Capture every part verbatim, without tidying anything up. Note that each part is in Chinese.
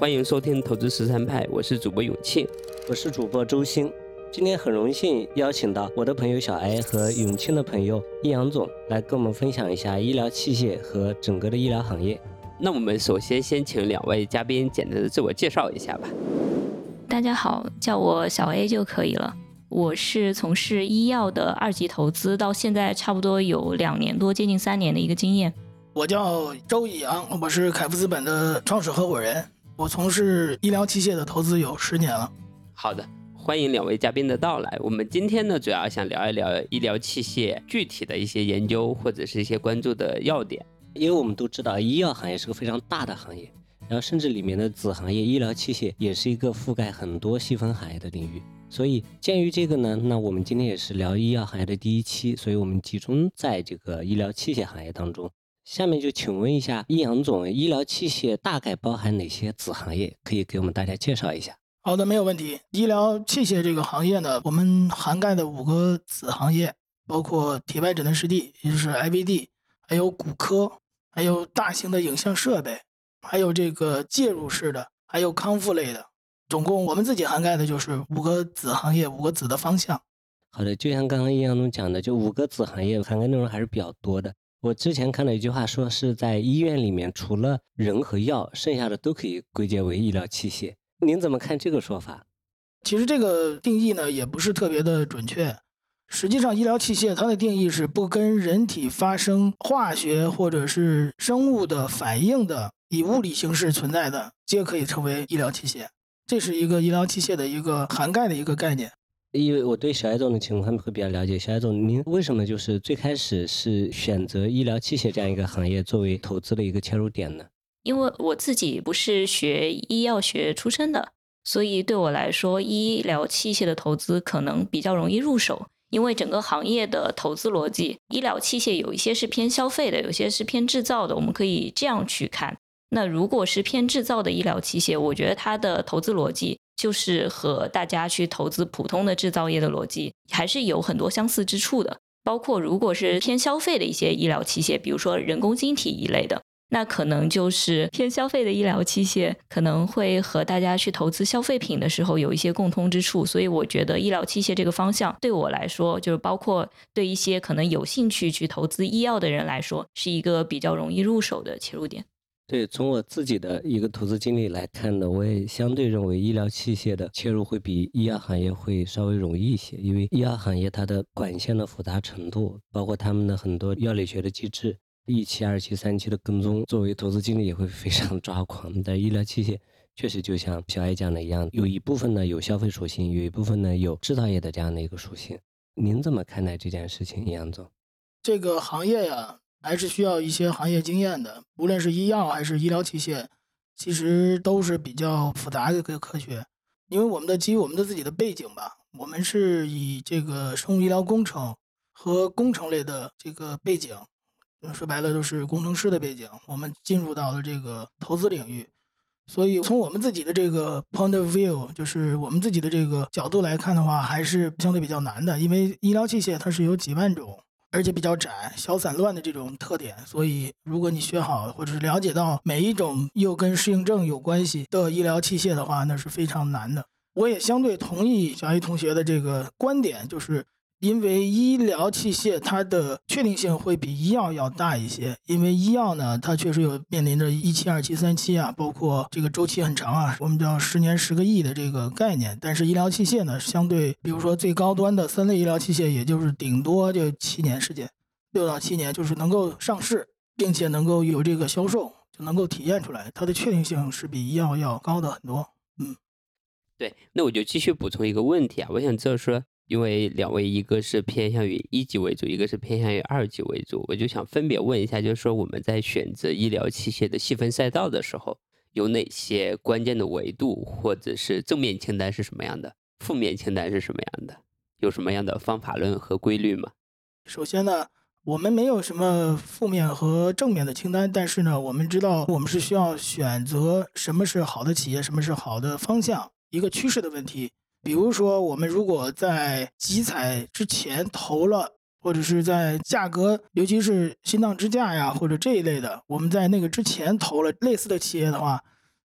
欢迎收听投资实战派，我是主播永庆， 我是主播周兴。今天很荣幸邀请到我的朋友小艾和永庆的朋友易阳总来跟我们分享一下医疗器械和整个的医疗行业。 那我们首先先请两位嘉宾简单的自我介绍一下吧。 大家好，叫我小 A 就可以了。我是从事医药的二级投资，到现在差不多有两年多，接近三年的一个经验。 我叫周以阳，我是凯夫资本的创始合伙人，我从事医疗器械的投资有十年了。 好的，欢迎两位嘉宾的到来。我们今天呢，主要想聊一聊医疗器械具体的一些研究或者是一些关注的要点。 因为我们都知道医药行业是个非常大的行业，然后甚至里面的子行业医疗器械也是一个覆盖很多细分行业的领域。所以鉴于这个呢，那我们今天也是聊医药行业的第一期，所以我们集中在这个医疗器械行业当中。下面就请问一下易阳总，医疗器械大概包含哪些子行业，可以给我们大家介绍一下？ 好的，没有问题。医疗器械这个行业呢，我们涵盖的五个子行业包括体外诊断试剂，也就是 I V D， 还有骨科，还有大型的影像设备，还有这个介入式的，还有康复类的。总共我们自己涵盖的就是五个子行业，五个子的方向。 好的，就像刚刚易阳总讲的，就五个子行业涵盖内容还是比较多的。我之前看了一句话，说是在医院里面除了人和药，剩下的都可以归结为医疗器械。您怎么看这个说法？ 其实这个定义呢也不是特别的准确。实际上医疗器械它的定义是不跟人体发生化学或者是生物的反应的，以物理形式存在的，皆可以称为医疗器械。这是一个医疗器械的一个涵盖的一个概念。 因为我对小艾总的情况会比较了解，小艾总您为什么就是最开始是选择医疗器械这样一个行业作为投资的一个切入点呢？ 因为我自己不是学医药学出身的，所以对我来说医疗器械的投资可能比较容易入手。因为整个行业的投资逻辑，医疗器械有一些是偏消费的，有些是偏制造的，我们可以这样去看。那如果是偏制造的医疗器械，我觉得它的投资逻辑就是和大家去投资普通的制造业的逻辑还是有很多相似之处的。包括如果是偏消费的一些医疗器械，比如说人工晶体一类的，那可能就是偏消费的医疗器械可能会和大家去投资消费品的时候有一些共通之处。所以我觉得医疗器械这个方向对我来说，就是包括对一些可能有兴趣去投资医药的人来说，是一个比较容易入手的切入点。 对，从我自己的一个投资经历来看呢，我也相对认为医疗器械的切入会比医药行业会稍微容易一些。因为医药行业它的管线的复杂程度，包括他们的很多药理学的机制，一期、二期、三期的跟踪，作为投资经理也会非常抓狂。但医疗器械确实就像小艾讲的一样，有一部分呢有消费属性，有一部分呢有制造业的这样的一个属性。您怎么看待这件事情，杨总？ 这个行业呀，还是需要一些行业经验的，无论是医药还是医疗器械，其实都是比较复杂的一个科学。因为我们的基于我们的自己的背景吧，我们是以这个生物医疗工程和工程类的这个背景，说白了都是工程师的背景，我们进入到了这个投资领域。所以从我们自己的这个 point of view， 就是我们自己的这个角度来看的话，还是相对比较难的。因为医疗器械它是有几万种，而且比较窄、小散乱的这种特点，所以如果你学好或者是了解到每一种又跟适应症有关系的医疗器械的话，那是非常难的。我也相对同意小艾同学的这个观点，就是因为医疗器械它的确定性会比医药要大一些。因为医药呢，它确实有面临着一期、二期、三期啊，包括这个周期很长啊，我们叫十年十个亿的这个概念。但是医疗器械呢，相对比如说最高端的三类医疗器械，也就是顶多就七年时间，六到七年就是能够上市，并且能够有这个销售，就能够体验出来，它的确定性是比医药要高的很多。嗯， 对，那我就继续补充一个问题啊，我想知道说，因为两位一个是偏向于一级为主，一个是偏向于二级为主，我就想分别问一下，就是说我们在选择医疗器械的细分赛道的时候，有哪些关键的维度，或者是正面清单是什么样的，负面清单是什么样的，有什么样的方法论和规律吗？ 首先呢，我们没有什么负面和正面的清单，但是呢，我们知道我们是需要选择什么是好的企业，什么是好的方向，一个趋势的问题。比如说我们如果在集采之前投了，或者是在价格尤其是心脏支架呀或者这一类的，我们在那个之前投了类似的企业的话，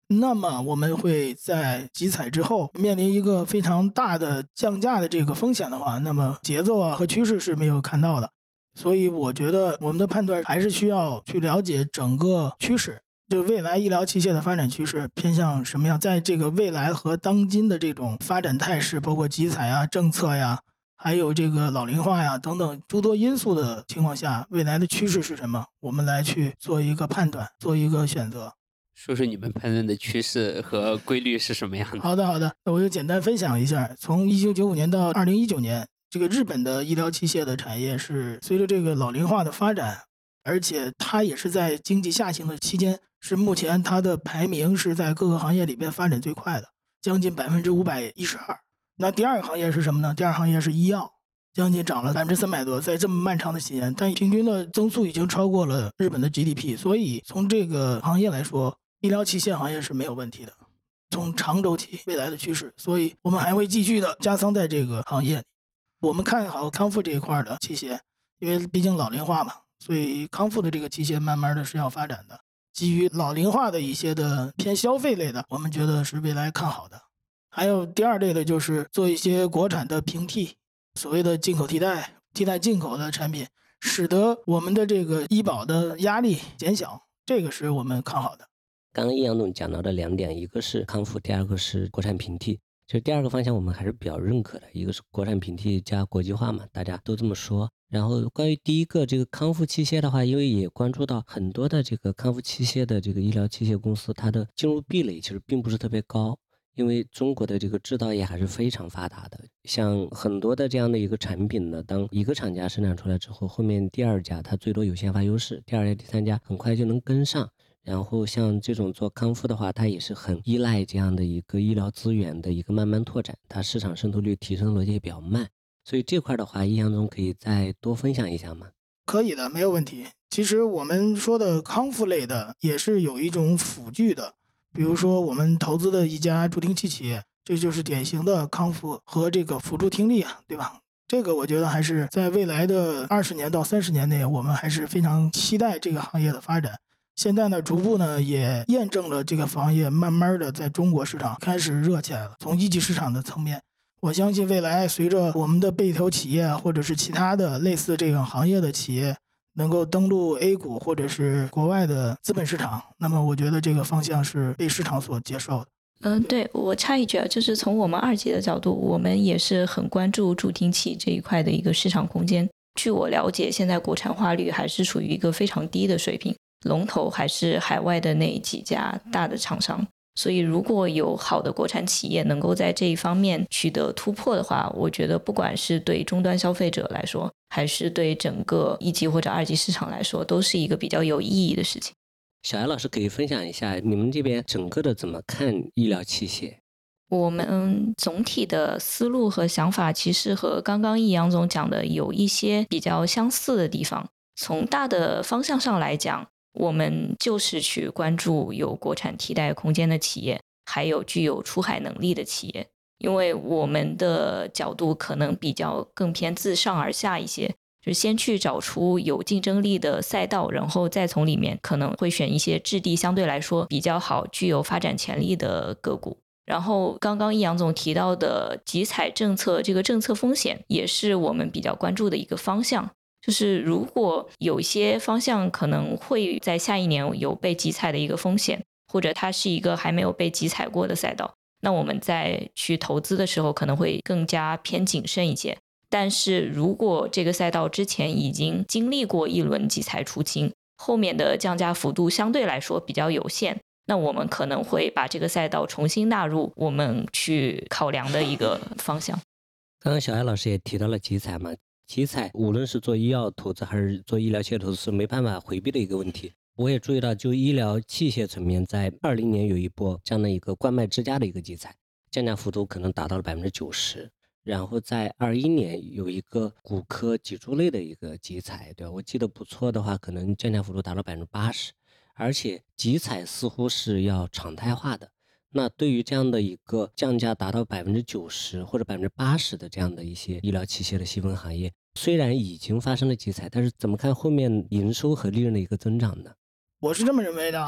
那么我们会在集采之后面临一个非常大的降价的这个风险的话，那么节奏啊和趋势是没有看到的。所以我觉得我们的判断还是需要去了解整个趋势，就未来医疗器械的发展趋势偏向什么样，在这个未来和当今的这种发展态势，包括集采啊、政策呀，还有这个老龄化呀等等诸多因素的情况下，未来的趋势是什么，我们来去做一个判断，做一个选择。 说说你们判断的趋势和规律是什么样的？ 好的好的，那我就简单分享一下，从一九九五年到二零一九年，这个日本的医疗器械的产业是随着这个老龄化的发展，而且它也是在经济下行的期间，是目前它的排名是在各个行业里边发展最快的，将近百分之五百一十二。那第二个行业是什么呢？第二个行业是医药，将近涨了百分之三百多，在这么漫长的期间，但平均的增速已经超过了日本的 G D P， 所以从这个行业来说，医疗器械行业是没有问题的，从长周期未来的趋势，所以我们还会继续的加仓在这个行业里。我们看好康复这一块的器械，因为毕竟老龄化嘛，所以康复的这个器械慢慢的是要发展的。基于老龄化的一些的偏消费类的，我们觉得是未来看好的。还有第二类的就是做一些国产的平替，所谓的进口替代、替代进口的产品，使得我们的这个医保的压力减小，这个是我们看好的。 刚刚易杨总讲到的两点，一个是康复，第二个是国产平替。就第二个方向我们还是比较认可的，一个是国产平替加国际化嘛，大家都这么说。然后关于第一个这个康复器械的话，因为也关注到很多的这个康复器械的这个医疗器械公司，它的进入壁垒其实并不是特别高，因为中国的这个制造业还是非常发达的。像很多的这样的一个产品呢，当一个厂家生产出来之后，后面第二家它最多有先发优势，第二家第三家很快就能跟上。然后像这种做康复的话，它也是很依赖这样的一个医疗资源的一个慢慢拓展，它市场渗透率提升逻辑也比较慢，所以这块的话，易杨总可以再多分享一下吗？ 可以的，没有问题。其实我们说的康复类的也是有一种辅具的，比如说我们投资的一家助听器企业，这就是典型的康复和这个辅助听力啊，对吧？这个我觉得还是在未来的二十年到三十年内，我们还是非常期待这个行业的发展。现在呢，逐步呢也验证了这个行业慢慢的在中国市场开始热起来了。从一级市场的层面，我相信未来随着我们的被投企业或者是其他的类似这个行业的企业能够登陆 A 股或者是国外的资本市场，那么我觉得这个方向是被市场所接受的。 嗯、呃，对，我插一句啊，就是从我们二级的角度，我们也是很关注助听器这一块的一个市场空间。据我了解，现在国产化率还是处于一个非常低的水平，龙头还是海外的那几家大的厂商。所以如果有好的国产企业能够在这一方面取得突破的话，我觉得不管是对终端消费者来说，还是对整个一级或者二级市场来说，都是一个比较有意义的事情。 小艾老师可以分享一下你们这边整个的怎么看医疗器械？ 我们总体的思路和想法其实和刚刚易杨总讲的有一些比较相似的地方。从大的方向上来讲，我们就是去关注有国产替代空间的企业，还有具有出海能力的企业。因为我们的角度可能比较更偏自上而下一些，就先去找出有竞争力的赛道，然后再从里面可能会选一些质地相对来说比较好、具有发展潜力的个股。然后刚刚易杨总提到的集采政策，这个政策风险也是我们比较关注的一个方向。就是如果有些方向可能会在下一年有被集采的一个风险，或者它是一个还没有被集采过的赛道，那我们在去投资的时候可能会更加偏谨慎一些。但是如果这个赛道之前已经经历过一轮集采出清，后面的降价幅度相对来说比较有限，那我们可能会把这个赛道重新纳入我们去考量的一个方向。 刚刚小艾老师也提到了集采嘛，集采无论是做医药投资还是做医疗器械投资是没办法回避的一个问题。我也注意到，就医疗器械层面，在二零年有一波这样的一个冠脉之家的一个集采，降价幅度可能达到了百分之九十。然后在二一年有一个骨科脊柱类的一个集采，对吧？我记得不错的话，可能降价幅度达到百分之八十。而且集采似乎是要常态化的。那对于这样的一个降价达到百分之九十或者百分之八十的这样的一些医疗器械的细分行业，虽然已经发生了集采，但是怎么看后面营收和利润的一个增长呢？ 我是这么认为的啊，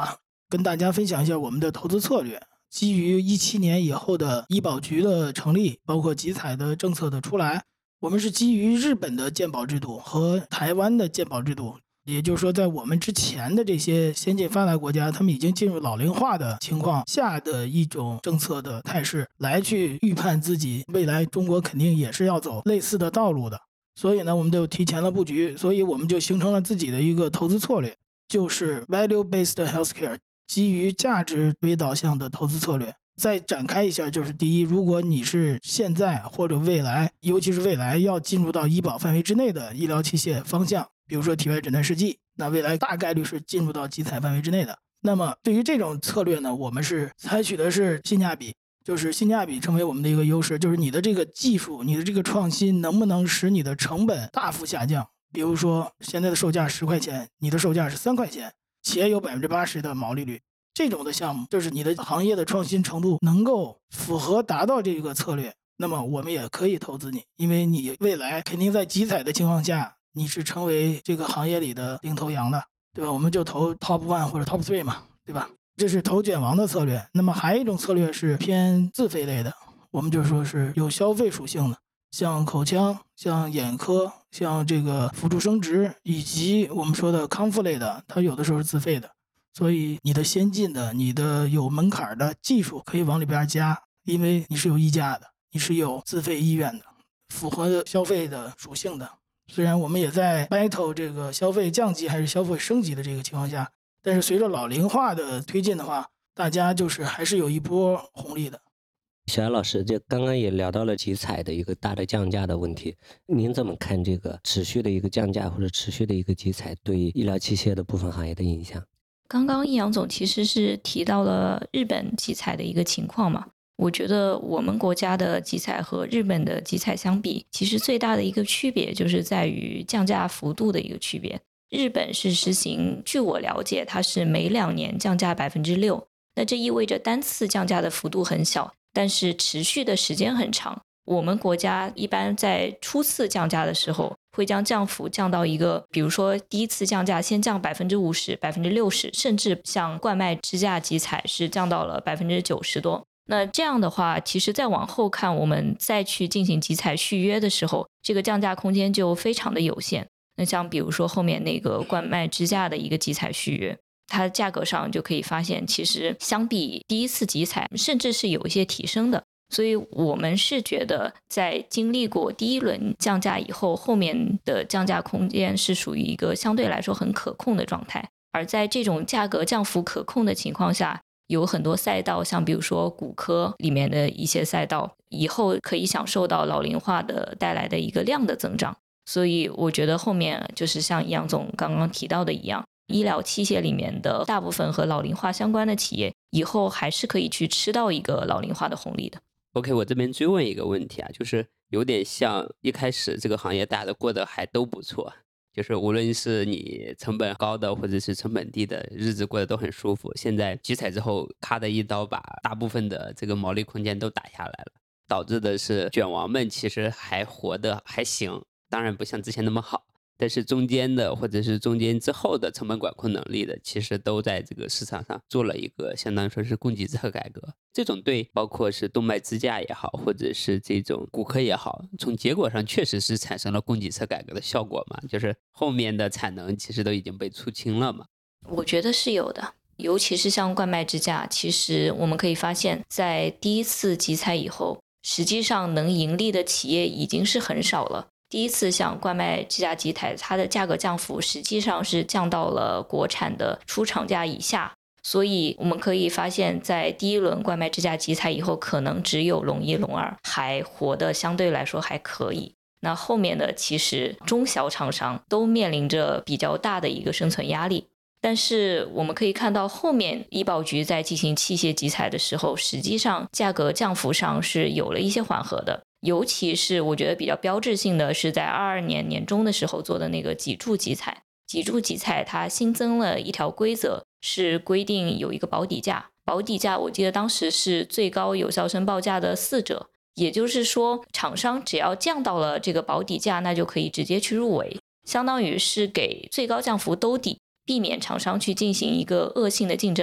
跟大家分享一下我们的投资策略。基于一七年以后的医保局的成立，包括集采的政策的出来，我们是基于日本的健保制度和台湾的健保制度，也就是说在我们之前的这些先进发达国家，他们已经进入老龄化的情况下的一种政策的态势，来去预判自己未来中国肯定也是要走类似的道路的。所以呢，我们就提前了布局，所以我们就形成了自己的一个投资策略，就是 value-based healthcare， 基于价值为导向的投资策略。再展开一下，就是第一，如果你是现在或者未来，尤其是未来要进入到医保范围之内的医疗器械方向，比如说体外诊断试剂，那未来大概率是进入到集采范围之内的。那么对于这种策略呢，我们是采取的是性价比，就是性价比成为我们的一个优势，就是你的这个技术，你的这个创新能不能使你的成本大幅下降。比如说现在的售价十块钱，你的售价是三块钱，且有 百分之八十 的毛利率，这种的项目就是你的行业的创新程度能够符合达到这个策略，那么我们也可以投资你，因为你未来肯定在集采的情况下，你是成为这个行业里的领头羊的，对吧？我们就投 top one 或者 top three 嘛，对吧？这是投卷王的策略。那么还有一种策略是偏自费类的，我们就说是有消费属性的，像口腔、像眼科、像这个辅助生殖，以及我们说的康复类的，它有的时候是自费的。所以你的先进的、你的有门槛的技术可以往里边加，因为你是有溢价的，你是有自费意愿的，符合消费的属性的。虽然我们也在 battle 这个消费降级还是消费升级的这个情况下，但是随着老龄化的推进的话，大家就是还是有一波红利的。 小艾老师，这刚刚也聊到了集采的一个大的降价的问题，您怎么看这个持续的一个降价或者持续的一个集采对医疗器械的部分行业的影响？ 刚刚易阳总其实是提到了日本集采的一个情况嘛，我觉得我们国家的集采和日本的集采相比，其实最大的一个区别就是在于降价幅度的一个区别。日本是实行，据我了解，它是每两年降价百分之六，那这意味着单次降价的幅度很小，但是持续的时间很长。我们国家一般在初次降价的时候，会将降幅降到一个，比如说第一次降价先降百分之五十、百分之六十，甚至像冠脉支架集采是降到了百分之九十多。那这样的话，其实再往后看，我们再去进行集采续约的时候，这个降价空间就非常的有限。那像比如说后面那个冠脉支架的一个集采续约，它价格上就可以发现，其实相比第一次集采，甚至是有一些提升的。所以我们是觉得在经历过第一轮降价以后，后面的降价空间是属于一个相对来说很可控的状态。而在这种价格降幅可控的情况下，有很多赛道，像比如说骨科里面的一些赛道，以后可以享受到老龄化的带来的一个量的增长。所以我觉得后面就是像杨总刚刚提到的一样，医疗器械里面的大部分和老龄化相关的企业，以后还是可以去吃到一个老龄化的红利的。 OK， 我这边追问一个问题啊，就是有点像一开始这个行业大家都过得还都不错，就是无论是你成本高的或者是成本低的，日子过得都很舒服。现在集采之后，咔的一刀把大部分的这个毛利空间都打下来了，导致的是卷王们其实还活得还行，当然不像之前那么好，但是中间的或者是中间之后的成本管控能力的，其实都在这个市场上做了一个相当于说是供给侧改革。这种对包括是动脉支架也好，或者是这种骨科也好，从结果上确实是产生了供给侧改革的效果嘛，就是后面的产能其实都已经被出清了嘛。 我觉得是有的，尤其是像冠脉支架，其实我们可以发现在第一次集采以后，实际上能盈利的企业已经是很少了。第一次像冠脉支架集采，它的价格降幅实际上是降到了国产的出厂价以下，所以我们可以发现在第一轮冠脉支架集采以后，可能只有龙一龙二还活得相对来说还可以，那后面的其实中小厂商都面临着比较大的一个生存压力。但是我们可以看到后面医保局在进行器械集采的时候，实际上价格降幅上是有了一些缓和的，尤其是我觉得比较标志性的是在二二年年中的时候做的那个脊柱集采。脊柱集采它新增了一条规则，是规定有一个保底价，保底价我记得当时是最高有效申报价的四折，也就是说厂商只要降到了这个保底价，那就可以直接去入围，相当于是给最高降幅兜底，避免厂商去进行一个恶性的竞争。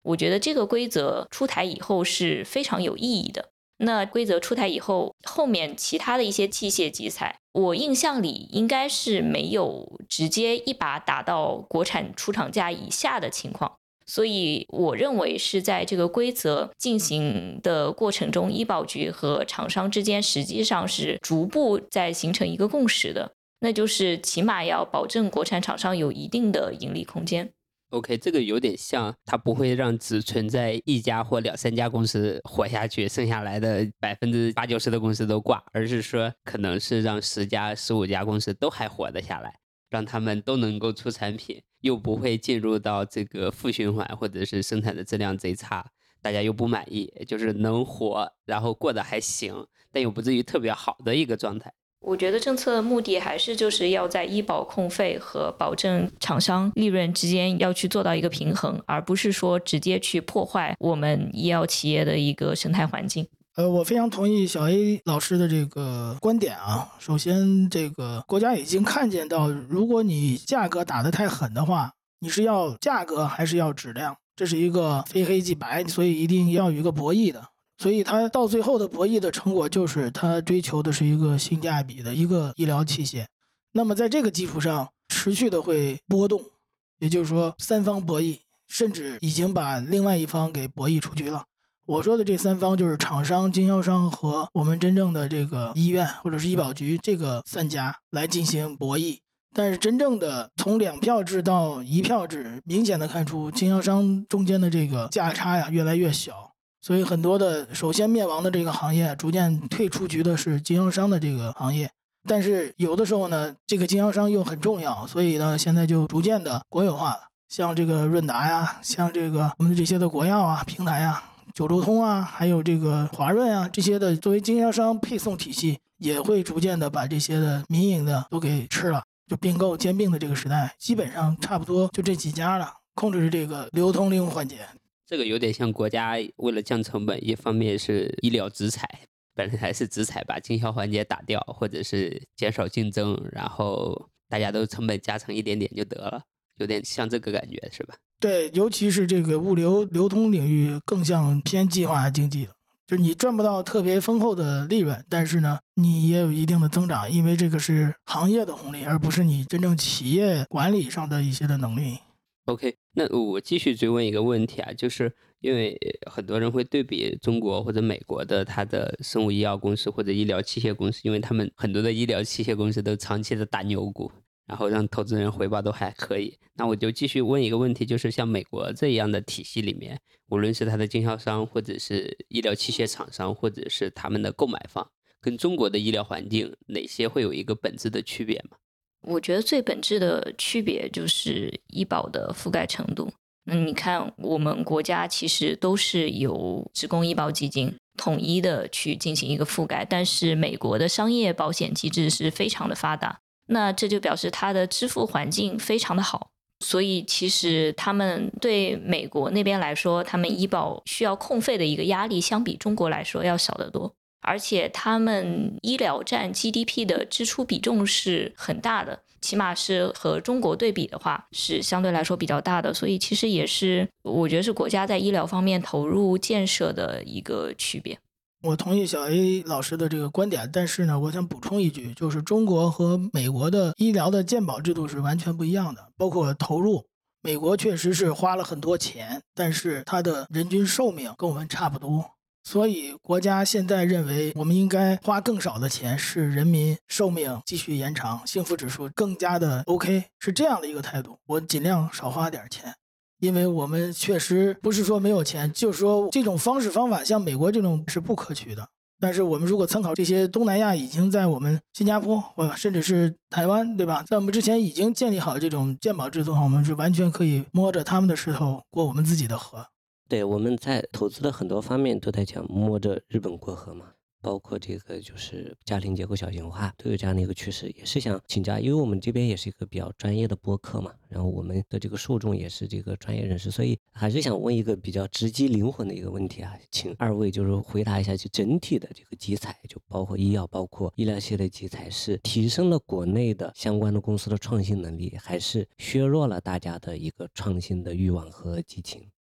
我觉得这个规则出台以后是非常有意义的。那规则出台以后，后面其他的一些器械集采，我印象里应该是没有直接一把打到国产出厂价以下的情况。所以我认为是在这个规则进行的过程中，医保局和厂商之间实际上是逐步在形成一个共识的，那就是起码要保证国产厂商有一定的盈利空间。 OK， 这个有点像，它不会让只存在一家或两三家公司活下去，剩下来的百分之八九十的公司都挂，而是说可能是让十家、十五家公司都还活得下来，让他们都能够出产品，又不会进入到这个负循环，或者是生产的质量贼差，大家又不满意，就是能活，然后过得还行，但又不至于特别好的一个状态。 我觉得政策的目的还是就是要在医保控费和保证厂商利润之间要去做到一个平衡，而不是说直接去破坏我们医药企业的一个生态环境。 呃，我非常同意小 A 老师的这个观点啊。首先，这个国家已经看见到，如果你价格打得太狠的话，你是要价格还是要质量，这是一个非黑即白，所以一定要有一个博弈的。所以它到最后的博弈的成果就是它追求的是一个性价比的一个医疗器械。那么在这个基础上持续的会波动，也就是说三方博弈，甚至已经把另外一方给博弈出局了。我说的这三方就是厂商、经销商和我们真正的这个医院或者是医保局这个三家来进行博弈。但是真正的从两票制到一票制，明显的看出经销商中间的这个价差呀越来越小。所以很多的首先灭亡的这个行业，逐渐退出局的是经销商的这个行业。但是有的时候呢，这个经销商又很重要，所以呢，现在就逐渐的国有化了。像这个润达呀，像这个我们的这些的国药啊、平台啊、九州通啊，还有这个华润啊，这些的作为经销商配送体系，也会逐渐的把这些的民营的都给吃了。就并购兼并的这个时代，基本上差不多就这几家了，控制这个流通利用环节。 这个有点像国家为了降成本，一方面是医疗直采，本来是直采把经销环节打掉，或者是减少竞争，然后大家都成本加成一点点就得了，有点像这个感觉是吧？ 对，尤其是这个物流流通领域更像偏计划经济了，就是你赚不到特别丰厚的利润，但是呢你也有一定的增长，因为这个是行业的红利，而不是你真正企业管理上的一些的能力。 OK， 那我继续追问一个问题啊，就是因为很多人会对比中国或者美国的它的生物医药公司或者医疗器械公司，因为他们很多的医疗器械公司都长期的打牛股，然后让投资人回报都还可以。那我就继续问一个问题，就是像美国这样的体系里面，无论是它的经销商或者是医疗器械厂商或者是他们的购买方，跟中国的医疗环境哪些会有一个本质的区别吗？ 我觉得最本质的区别就是医保的覆盖程度。嗯，你看我们国家其实都是由职工医保基金统一的去进行一个覆盖，但是美国的商业保险机制是非常的发达，那这就表示它的支付环境非常的好。所以其实他们对美国那边来说，他们医保需要控费的一个压力相比中国来说要小得多，而且他们医疗占 G D P 的支出比重是很大的，起码是和中国对比的话是相对来说比较大的，所以其实也是我觉得是国家在医疗方面投入建设的一个区别。 我同意小 A 老师的这个观点，但是呢，我想补充一句，就是中国和美国的医疗的健保制度是完全不一样的，包括投入。美国确实是花了很多钱，但是它的人均寿命跟我们差不多，所以国家现在认为我们应该花更少的钱，使人民寿命继续延长，幸福指数更加的 OK， 是这样的一个态度。我尽量少花点钱，因为我们确实不是说没有钱，就是说这种方式方法像美国这种是不可取的。但是我们如果参考这些东南亚已经在我们新加坡甚至是台湾，对吧，在我们之前已经建立好这种健保制度，我们是完全可以摸着他们的石头过我们自己的河。 对，我们在投资的很多方面都在讲摸着日本过河嘛，包括这个就是家庭结构小型化都有这样的一个趋势。也是想请教，因为我们这边也是一个比较专业的播客嘛，然后我们的这个受众也是这个专业人士，所以还是想问一个比较直击灵魂的一个问题啊，请二位就是回答一下，就整体的这个集采，就包括医药包括医疗系的集采，是提升了国内的相关的公司的创新能力，还是削弱了大家的一个创新的欲望和激情？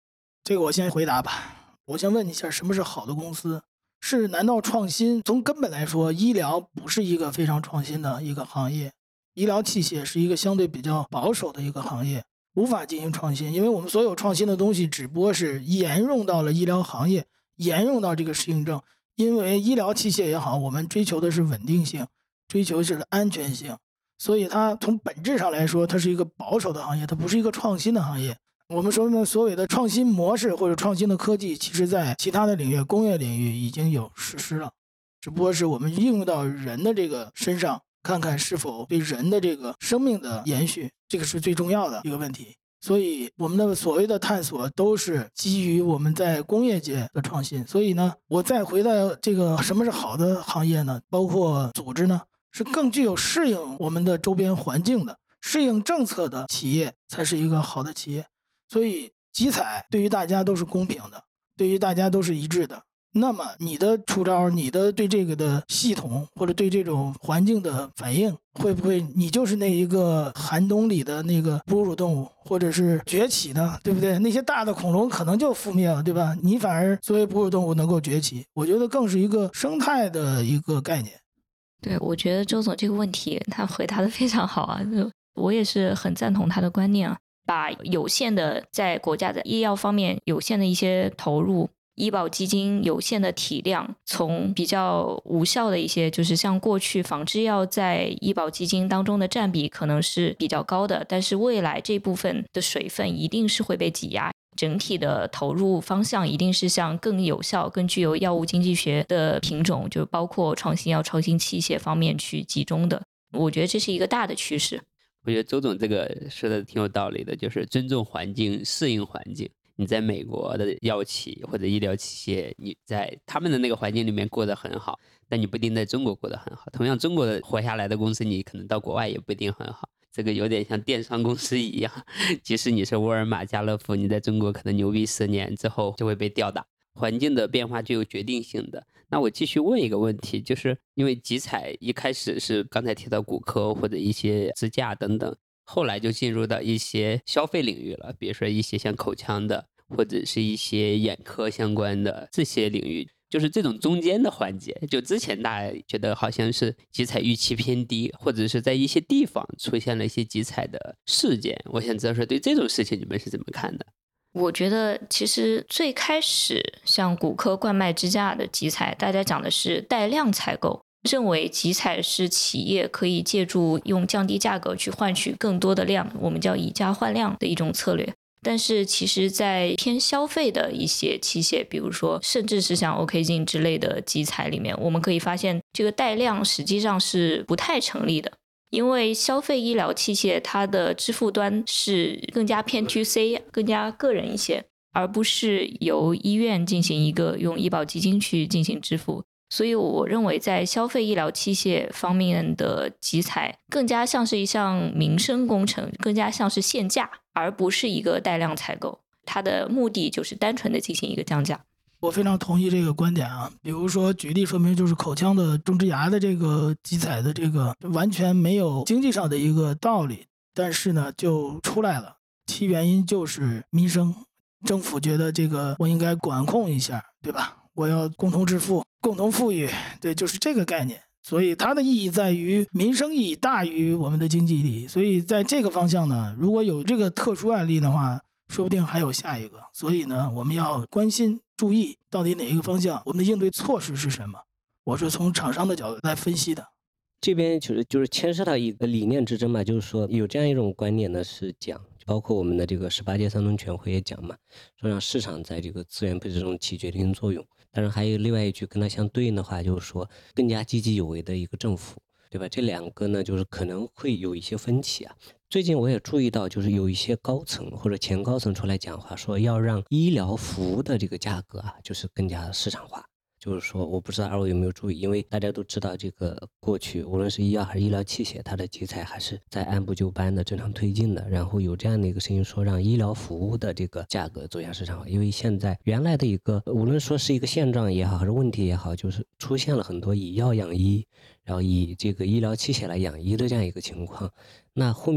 这个我先回答吧。我先问一下，什么是好的公司？是难道创新？从根本来说，医疗不是一个非常创新的一个行业，医疗器械是一个相对比较保守的一个行业，无法进行创新，因为我们所有创新的东西只不过是沿用到了医疗行业，沿用到这个适应症。因为医疗器械也好，我们追求的是稳定性，追求的是安全性，所以它从本质上来说，它是一个保守的行业，它不是一个创新的行业。我们说呢，所谓的创新模式或者创新的科技，其实在其他的领域，工业领域已经有实施了，只不过是我们应用到人的这个身上，看看是否对人的这个生命的延续，这个是最重要的一个问题。所以我们的所谓的探索都是基于我们在工业界的创新。所以呢，我再回到这个什么是好的行业呢？包括组织呢，是更具有适应我们的周边环境的、适应政策的企业才是一个好的企业。所以集采对于大家都是公平的，对于大家都是一致的。那么你的出招，你的对这个的系统或者对这种环境的反应，会不会你就是那一个寒冬里的那个哺乳动物，或者是崛起呢？对不对？那些大的恐龙可能就覆灭了，对吧？你反而作为哺乳动物能够崛起，我觉得更是一个生态的一个概念。 对，我觉得周总这个问题他回答的非常好啊，我也是很赞同他的观念啊。把有限的在国家的医药方面有限的一些投入，医保基金有限的体量，从比较无效的一些，就是像过去仿制药在医保基金当中的占比可能是比较高的，但是未来这部分的水分一定是会被挤压，整体的投入方向一定是向更有效、更具有药物经济学的品种，就包括创新药、创新器械方面去集中的。我觉得这是一个大的趋势。 我觉得周总这个说的挺有道理的，就是尊重环境，适应环境。你在美国的药企或者医疗器械，你在他们的那个环境里面过得很好，但你不一定在中国过得很好。同样，中国的活下来的公司，你可能到国外也不一定很好。这个有点像电商公司一样，即使你是沃尔玛、家乐福，你在中国可能牛逼十年之后就会被吊打。环境的变化具有决定性的。那我继续问一个问题，就是因为集采一开始是刚才提到骨科或者一些支架等等，后来就进入到一些消费领域了，比如说一些像口腔的或者是一些眼科相关的这些领域，就是这种中间的环节，就之前大家觉得好像是集采预期偏低，或者是在一些地方出现了一些集采的事件，我想知道说对这种事情你们是怎么看的？ 我觉得其实最开始像骨科冠脉支架的集采，大家讲的是带量采购，认为集采是企业可以借助用降低价格去换取更多的量，我们叫以价换量的一种策略。但是其实在偏消费的一些器械，比如说甚至是像 OK 镜之类的集采里面，我们可以发现这个带量实际上是不太成立的。因为消费医疗器械它的支付端是更加偏 to C， 更加个人一些，而不是由医院进行一个用医保基金去进行支付。所以我认为在消费医疗器械方面的集采更加像是一项民生工程，更加像是限价，而不是一个带量采购，它的目的就是单纯的进行一个降价。 我非常同意这个观点啊，比如说举例说明，就是口腔的种植牙的这个集采的这个完全没有经济上的一个道理，但是呢就出来了，其原因就是民生，政府觉得这个我应该管控一下，对吧？我要共同致富，共同富裕，对，就是这个概念。所以它的意义在于民生意义大于我们的经济利益，所以在这个方向呢，如果有这个特殊案例的话，说不定还有下一个。所以呢，我们要关心注意到底哪一个方向，我们的应对措施是什么。我是从厂商的角度来分析的。 这边就是就是牵涉到一个理念之争嘛，就是说有这样一种观点呢，是讲包括我们的这个十八届三中全会也讲嘛，说让市场在这个资源配置中起决定作用。当然还有另外一句跟它相对应的话，就是说更加积极有为的一个政府，对吧？这两个呢，就是可能会有一些分歧啊。最近我也注意到，就是有一些高层或者前高层出来讲话，说要让医疗服务的这个价格啊，就是更加市场化。就是说，我不知道二位有没有注意，因为大家都知道，这个过去无论是医药还是医疗器械，它的集采还是在按部就班的正常推进的。然后有这样的一个声音说，让医疗服务的这个价格走向市场化，因为现在原来的一个无论说是一个现状也好，还是问题也好，就是出现了很多以药养医，然后以这个医疗器械来养医的这样一个情况。那后面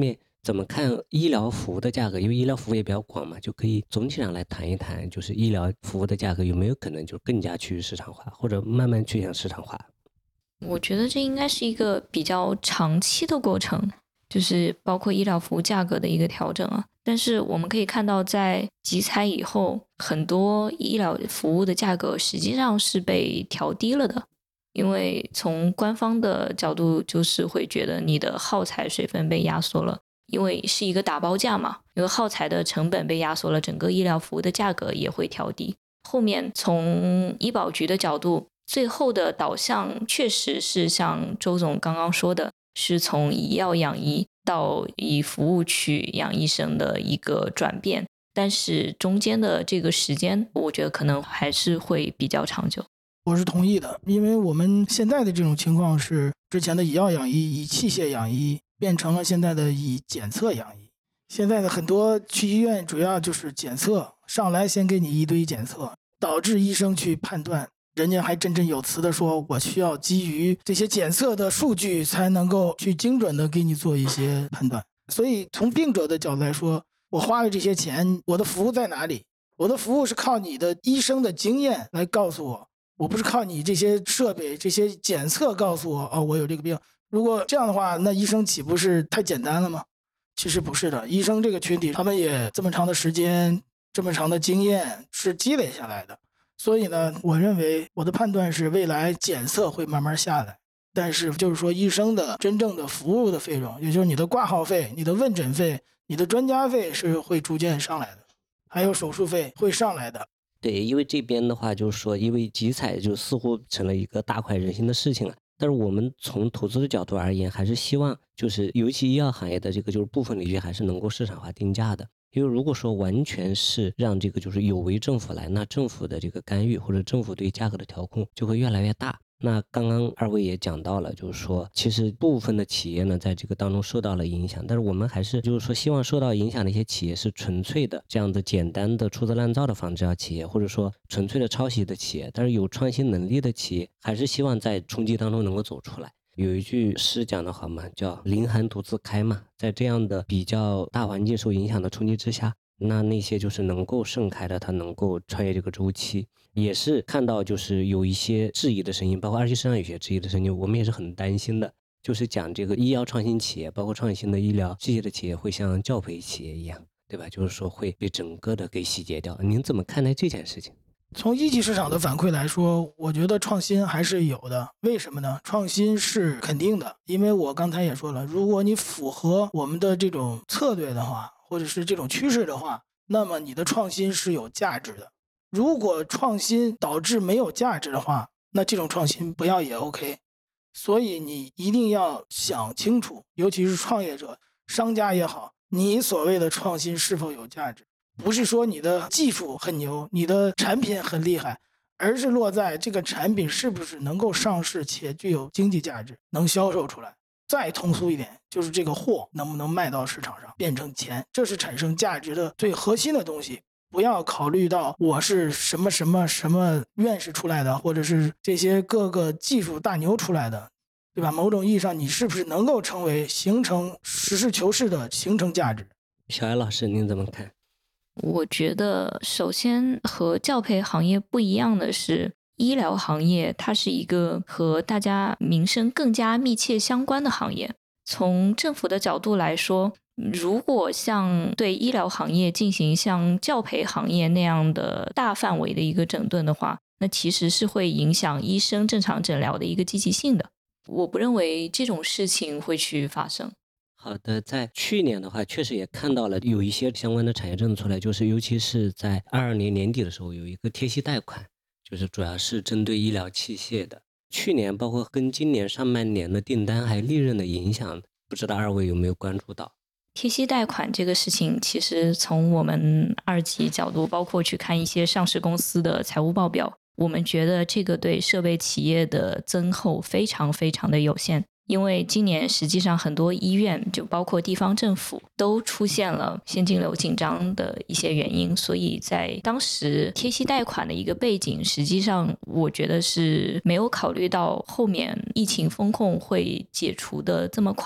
怎么看医疗服务的价格？因为医疗服务也比较广嘛，就可以总体上来谈一谈，就是医疗服务的价格有没有可能就更加趋于市场化，或者慢慢趋向市场化？ 我觉得这应该是一个比较长期的过程，就是包括医疗服务价格的一个调整啊。但是我们可以看到，在集采以后，很多医疗服务的价格实际上是被调低了的。因为从官方的角度，就是会觉得你的耗材水分被压缩了，因为是一个打包价嘛，因为耗材的成本被压缩了，整个医疗服务的价格也会调低。后面从医保局的角度，最后的导向确实是像周总刚刚说的，是从以药养医到以服务去养医生的一个转变，但是中间的这个时间，我觉得可能还是会比较长久。 我是同意的，因为我们现在的这种情况是之前的以药养医、以器械养医变成了现在的以检测养医。现在的很多去医院主要就是检测，上来先给你一堆检测，导致医生去判断，人家还振振有词的说我需要基于这些检测的数据才能够去精准的给你做一些判断。所以从病者的角度来说，我花了这些钱，我的服务在哪里？我的服务是靠你的医生的经验来告诉我，我不是靠你这些设备这些检测告诉我哦，我有这个病。如果这样的话，那医生岂不是太简单了吗？其实不是的，医生这个群体他们也这么长的时间这么长的经验是积累下来的，所以呢，我认为我的判断是未来检测会慢慢下来，但是就是说医生的真正的服务的费用，也就是你的挂号费、你的问诊费、你的专家费是会逐渐上来的，还有手术费会上来的。 对，因为这边的话就是说，因为集采就似乎成了一个大快人心的事情了。但是我们从投资的角度而言，还是希望就是尤其医药行业的这个就是部分领域还是能够市场化定价的。因为如果说完全是让这个就是有为政府来，那政府的这个干预或者政府对价格的调控就会越来越大。那刚刚二位也讲到了，就是说其实部分的企业呢在这个当中受到了影响，但是我们还是就是说希望受到影响的一些企业是纯粹的这样的简单的粗制滥造的仿制药企业，或者说纯粹的抄袭的企业，但是有创新能力的企业还是希望在冲击当中能够走出来。有一句诗讲得好嘛，叫凌寒独自开嘛，在这样的比较大环境受影响的冲击之下，那那些就是能够盛开的，它能够穿越这个周期。也是看到就是有一些质疑的声音，包括二级市场有些质疑的声音，我们也是很担心的，就是讲这个医药创新企业包括创新的医疗器械的企业会像教培企业一样，对吧？就是说会被整个的给洗劫掉。您怎么看待这件事情？ 从一级市场的反馈来说，我觉得创新还是有的。为什么呢？创新是肯定的，因为我刚才也说了，如果你符合我们的这种策略的话，或者是这种趋势的话，那么你的创新是有价值的。如果创新导致没有价值的话，那这种创新不要也 OK。 所以你一定要想清楚，尤其是创业者、商家也好，你所谓的创新是否有价值，不是说你的技术很牛，你的产品很厉害，而是落在这个产品是不是能够上市且具有经济价值，能销售出来。再通俗一点，就是这个货能不能卖到市场上变成钱，这是产生价值的最核心的东西。不要考虑到我是什么什么什么院士出来的，或者是这些各个技术大牛出来的，对吧？某种意义上你是不是能够成为形成实事求是的形成价值。 小艾老师您怎么看？ 我觉得首先和教培行业不一样的是，医疗行业它是一个和大家民生更加密切相关的行业。从政府的角度来说，如果像对医疗行业进行像教培行业那样的大范围的一个整顿的话，那其实是会影响医生正常诊疗的一个积极性的。我不认为这种事情会去发生。 好的，在去年的话，确实也看到了有一些相关的产业政策出来，就是尤其是在二二年年底的时候，有一个贴息贷款，就是主要是针对医疗器械的。去年包括跟今年上半年的订单还有利润的影响，不知道二位有没有关注到？ 贴息贷款这个事情，其实从我们二级角度，包括去看一些上市公司的财务报表，我们觉得这个对设备企业的增厚非常非常的有限。因为今年实际上很多医院，就包括地方政府，都出现了现金流紧张的一些原因，所以在当时贴息贷款的一个背景，实际上我觉得是没有考虑到后面疫情风控会解除的这么快。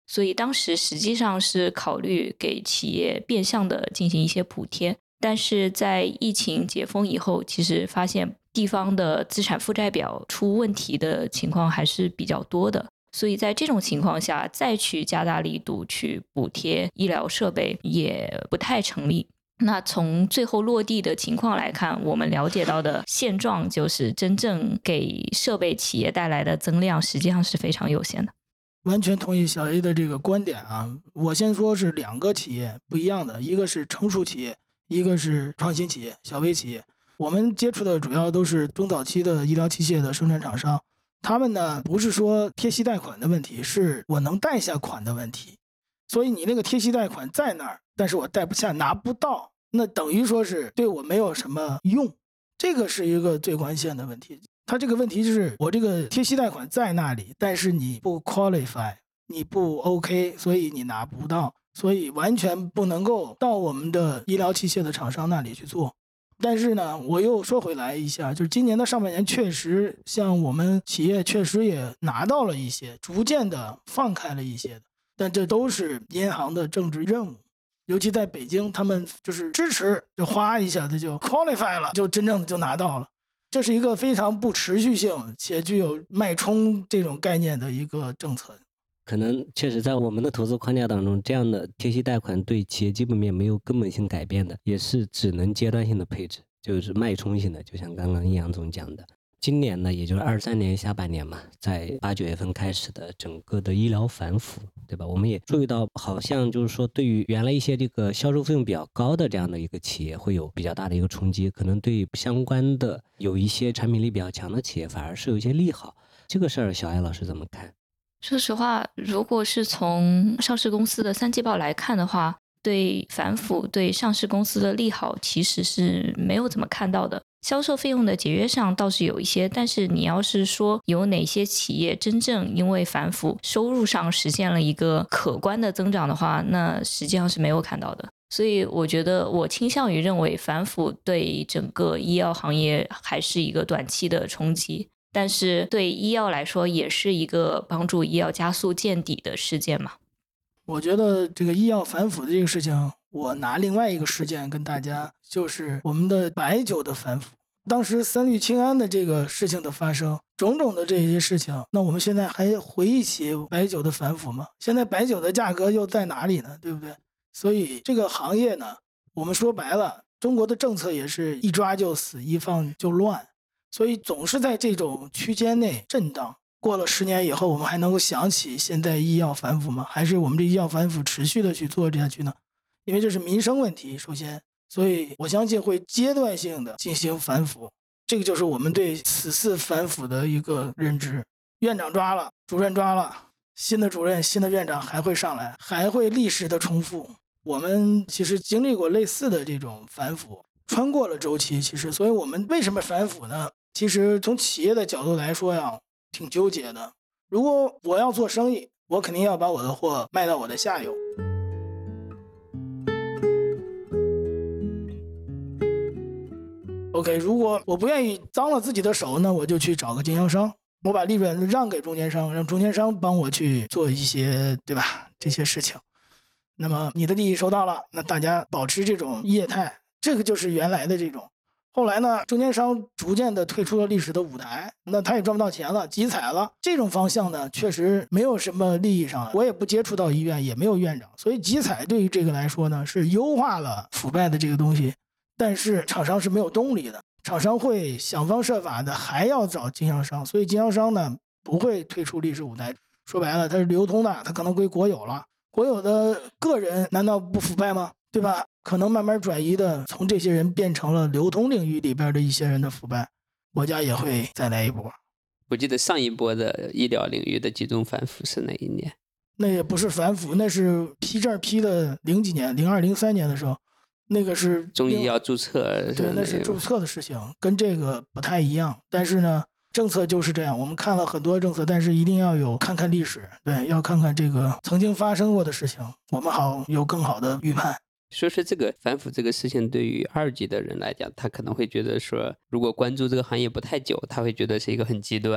所以当时实际上是考虑给企业变相的进行一些补贴，但是在疫情解封以后，其实发现地方的资产负债表出问题的情况还是比较多的，所以在这种情况下再去加大力度去补贴医疗设备也不太成立。那从最后落地的情况来看，我们了解到的现状就是真正给设备企业带来的增量实际上是非常有限的。 完全同意小 A 的这个观点啊！我先说是两个企业不一样的，一个是成熟企业，一个是创新企业、小微企业。我们接触的主要都是中早期的医疗器械的生产厂商，他们呢不是说贴息贷款的问题，是我能贷下款的问题。所以你那个贴息贷款在那儿，但是我贷不下，拿不到，那等于说是对我没有什么用，这个是一个最关键的问题。他这个问题就是我这个贴息贷款在那里，但是你不 qualify， 你不 OK， 所以你拿不到，所以完全不能够到我们的医疗器械的厂商那里去做。但是呢，我又说回来一下，就是今年的上半年确实像我们企业确实也拿到了一些，逐渐的放开了一些的，但这都是银行的政治任务。尤其在北京，他们就是支持，就哗一下子就 qualify 了，就真正的就拿到了。这是一个非常不持续性且具有脉冲这种概念的一个政策。 可能确实在我们的投资框架当中，这样的贴息贷款对企业基本面没有根本性改变的，也是只能阶段性的配置，就是脉冲性的，就像刚刚易阳总讲的。今年呢，也就是二三年下半年嘛，在八九月份开始的整个的医疗反腐，对吧？我们也注意到，好像就是说，对于原来一些这个销售费用比较高的这样的一个企业，会有比较大的一个冲击，可能对相关的有一些产品力比较强的企业，反而是有一些利好。这个事儿，小艾老师怎么看？ 说实话，如果是从上市公司的三季报来看的话，对反腐对上市公司的利好其实是没有怎么看到的。销售费用的节约上倒是有一些，但是你要是说有哪些企业真正因为反腐收入上实现了一个可观的增长的话，那实际上是没有看到的。所以我觉得我倾向于认为反腐对整个医药行业还是一个短期的冲击，但是对医药来说也是一个帮助医药加速见底的事件嘛。 我觉得这个医药反腐的这个事情，我拿另外一个事件跟大家，就是我们的白酒的反腐。当时三氯氰胺的这个事情的发生，种种的这些事情，那我们现在还回忆起白酒的反腐吗？现在白酒的价格又在哪里呢？对不对？所以这个行业呢，我们说白了，中国的政策也是一抓就死，一放就乱，所以总是在这种区间内震荡。过了十年以后，我们还能够想起现在医药反腐吗？还是我们这医药反腐持续的去做下去呢？因为这是民生问题，首先，所以我相信会阶段性的进行反腐，这个就是我们对此次反腐的一个认知。院长抓了，主任抓了，新的主任、新的院长还会上来，还会历史的重复。我们其实经历过类似的这种反腐，穿过了周期，其实，所以我们为什么反腐呢？其实从企业的角度来说呀，挺纠结的。如果我要做生意，我肯定要把我的货卖到我的下游。OK， 如果我不愿意脏了自己的手，那我就去找个经销商，我把利润让给中间商，让中间商帮我去做一些，对吧？这些事情。那么你的利益收到了，那大家保持这种业态，这个就是原来的这种。后来呢，中间商逐渐的退出了历史的舞台，那他也赚不到钱了，集采了。这种方向呢，确实没有什么利益上的，我也不接触到医院，也没有院长，所以集采对于这个来说呢，是优化了腐败的这个东西，但是厂商是没有动力的，厂商会想方设法的还要找经销商，所以经销商呢不会退出历史舞台。说白了，它是流通的，它可能归国有了，国有的个人难道不腐败吗？对吧？可能慢慢转移的，从这些人变成了流通领域里边的一些人的腐败，国家也会再来一波。 我记得上一波的医疗领域的集中反腐是哪一年？ 那也不是反腐，那是批证批的零几年，零二零三年的时候，那个是中医药注册， 对，那是注册的事情，跟这个不太一样。但是呢，政策就是这样，我们看了很多政策，但是一定要有看看历史，对，要看看这个曾经发生过的事情，我们好有更好的预判。 说是这个反腐这个事情，对于二级的人来讲，他可能会觉得说，如果关注这个行业不太久，他会觉得是一个很极端。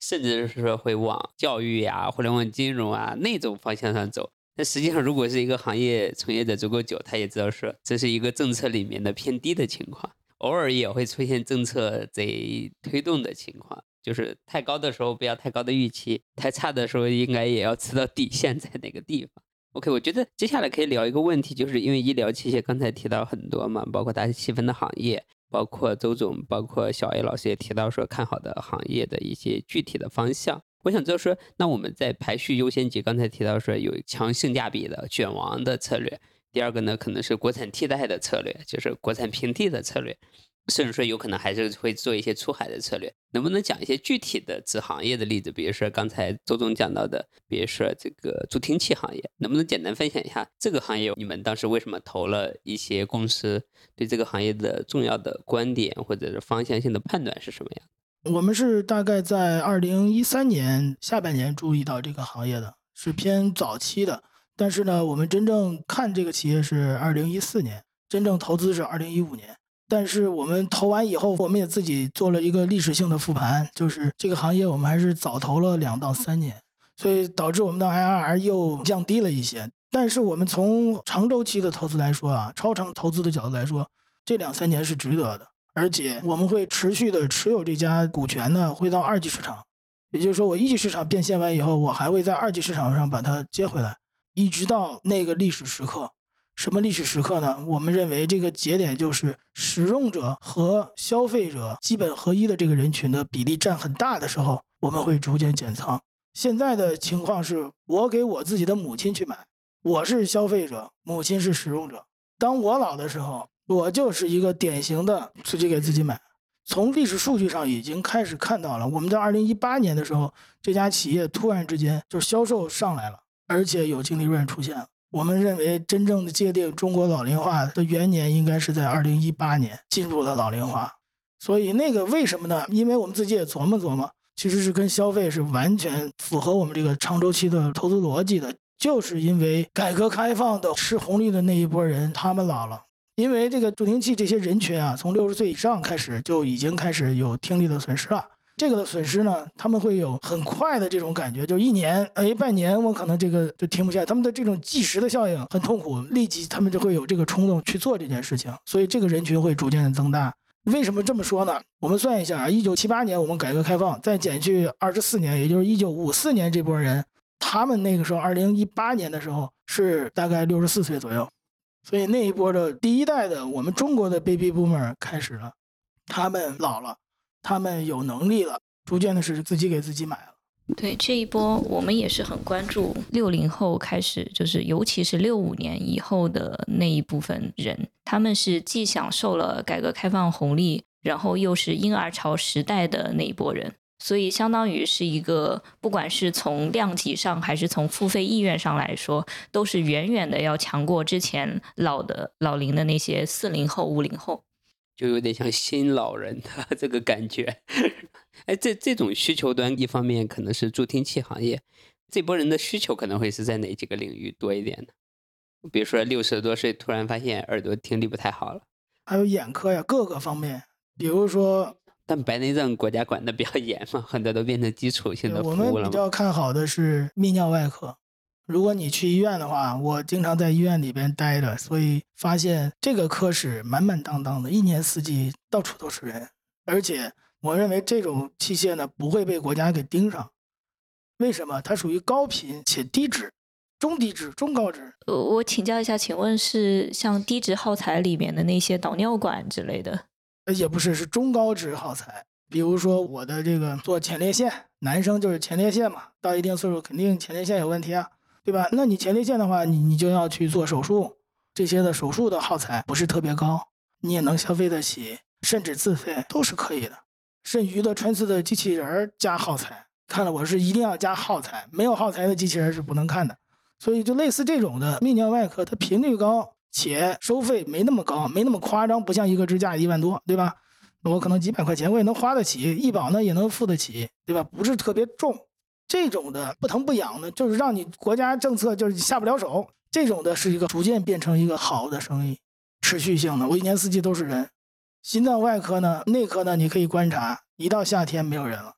甚至是说会往教育啊、互联网金融啊那种方向上走。但实际上，如果是一个行业从业者足够久，他也知道说这是一个政策里面的偏低的情况，偶尔也会出现政策贼推动的情况。就是太高的时候不要太高的预期，太差的时候应该也要知道底线在哪个地方。OK， 我觉得接下来可以聊一个问题，就是因为医疗器械刚才提到很多嘛，包括大家细分的行业，包括周总，包括小 A 老师也提到说看好的行业的一些具体的方向。我想知道说，那我们在排序优先级，刚才提到说有强性价比的卷王的策略，第二个呢可能是国产替代的策略，就是国产平替的策略，甚至说有可能还是会做一些出海的策略。能不能讲一些具体的子行业的例子？比如说刚才周总讲到的，比如说这个助听器行业，能不能简单分享一下这个行业你们当时为什么投了一些公司，对这个行业的重要的观点或者是方向性的判断是什么样？ 我们是大概在二零一三年下半年注意到这个行业的，是偏早期的。但是呢，我们真正看这个企业是二零一四年，真正投资是二零一五年。但是我们投完以后，我们也自己做了一个历史性的复盘，就是这个行业我们还是早投了两到三年，所以导致我们的 I R R 又降低了一些。但是我们从长周期的投资来说啊，超长投资的角度来说，这两三年是值得的。而且我们会持续的持有这家股权呢，会到二级市场，也就是说我一级市场变现完以后，我还会在二级市场上把它接回来，一直到那个历史时刻。什么历史时刻呢？我们认为这个节点就是使用者和消费者基本合一的这个人群的比例占很大的时候，我们会逐渐减仓。现在的情况是我给我自己的母亲去买，我是消费者，母亲是使用者。当我老的时候，我就是一个典型的自己给自己买。从历史数据上已经开始看到了，我们在二零一八年的时候，这家企业突然之间就销售上来了，而且有净利润出现了。我们认为真正的界定中国老龄化的元年应该是在二零一八年进入了老龄化。所以那个为什么呢？因为我们自己也琢磨琢磨，其实是跟消费是完全符合我们这个长周期的投资逻辑的，就是因为改革开放的吃红利的那一波人他们老了。因为这个助听器这些人群啊，从六十岁以上开始就已经开始有听力的损失了。这个的损失呢，他们会有很快的这种感觉，就一年，哎，半年我可能这个就停不下来，他们的这种计时的效应很痛苦，立即他们就会有这个冲动去做这件事情，所以这个人群会逐渐的增大。为什么这么说呢？我们算一下啊，一九七八年我们改革开放，再减去二十四年，也就是一九五四年这波人，他们那个时候二零一八年的时候是大概六十四岁左右。所以那一波的第一代的我们中国的 baby boomer 开始了，他们老了，他们有能力了，逐渐的是自己给自己买了。 对，这一波我们也是很关注六零后开始，就是尤其是六五年以后的那一部分人，他们是既享受了改革开放红利，然后又是婴儿潮时代的那一波人，所以相当于是一个不管是从量级上还是从付费意愿上来说，都是远远的要强过之前老的老龄的那些四零后五零后， 就有点像新老人的这个感觉。哎，这这种需求端一方面可能是助听器行业，这波人的需求可能会是在哪几个领域多一点呢？比如说六十多岁突然发现耳朵听力不太好了， 还有眼科呀，各个方面，比如说但白内障国家管的比较严嘛，很多都变成基础性的服务了嘛。 我们比较看好的是泌尿外科。如果你去医院的话，我经常在医院里边待着，所以发现这个科室满满当当的，一年四季到处都是人。而且我认为这种器械呢不会被国家给盯上。为什么？它属于高频且低脂，中低脂、中高脂。 呃，我请教一下，请问是像低脂耗材里面的那些导尿管之类的？ 也不是，是中高脂耗材。比如说我的这个做前列腺，男生就是前列腺嘛，到一定岁数肯定前列腺有问题啊，对吧？那你前列腺的话，你你就要去做手术，这些的手术的耗材不是特别高，你也能消费得起，甚至自费都是可以的。剩余的穿刺的机器人加耗材，看了我是一定要加耗材，没有耗材的机器人是不能看的。所以就类似这种的泌尿外科，它频率高且收费没那么高，没那么夸张，不像一个支架一万多，对吧？我可能几百块钱我也能花得起，医保呢也能付得起，对吧？不是特别重，这种的不疼不痒的，就是让你国家政策就是下不了手，这种的是一个逐渐变成一个好的生意，持续性的，我一年四季都是人。心脏外科呢，内科呢，你可以观察，一到夏天没有人了，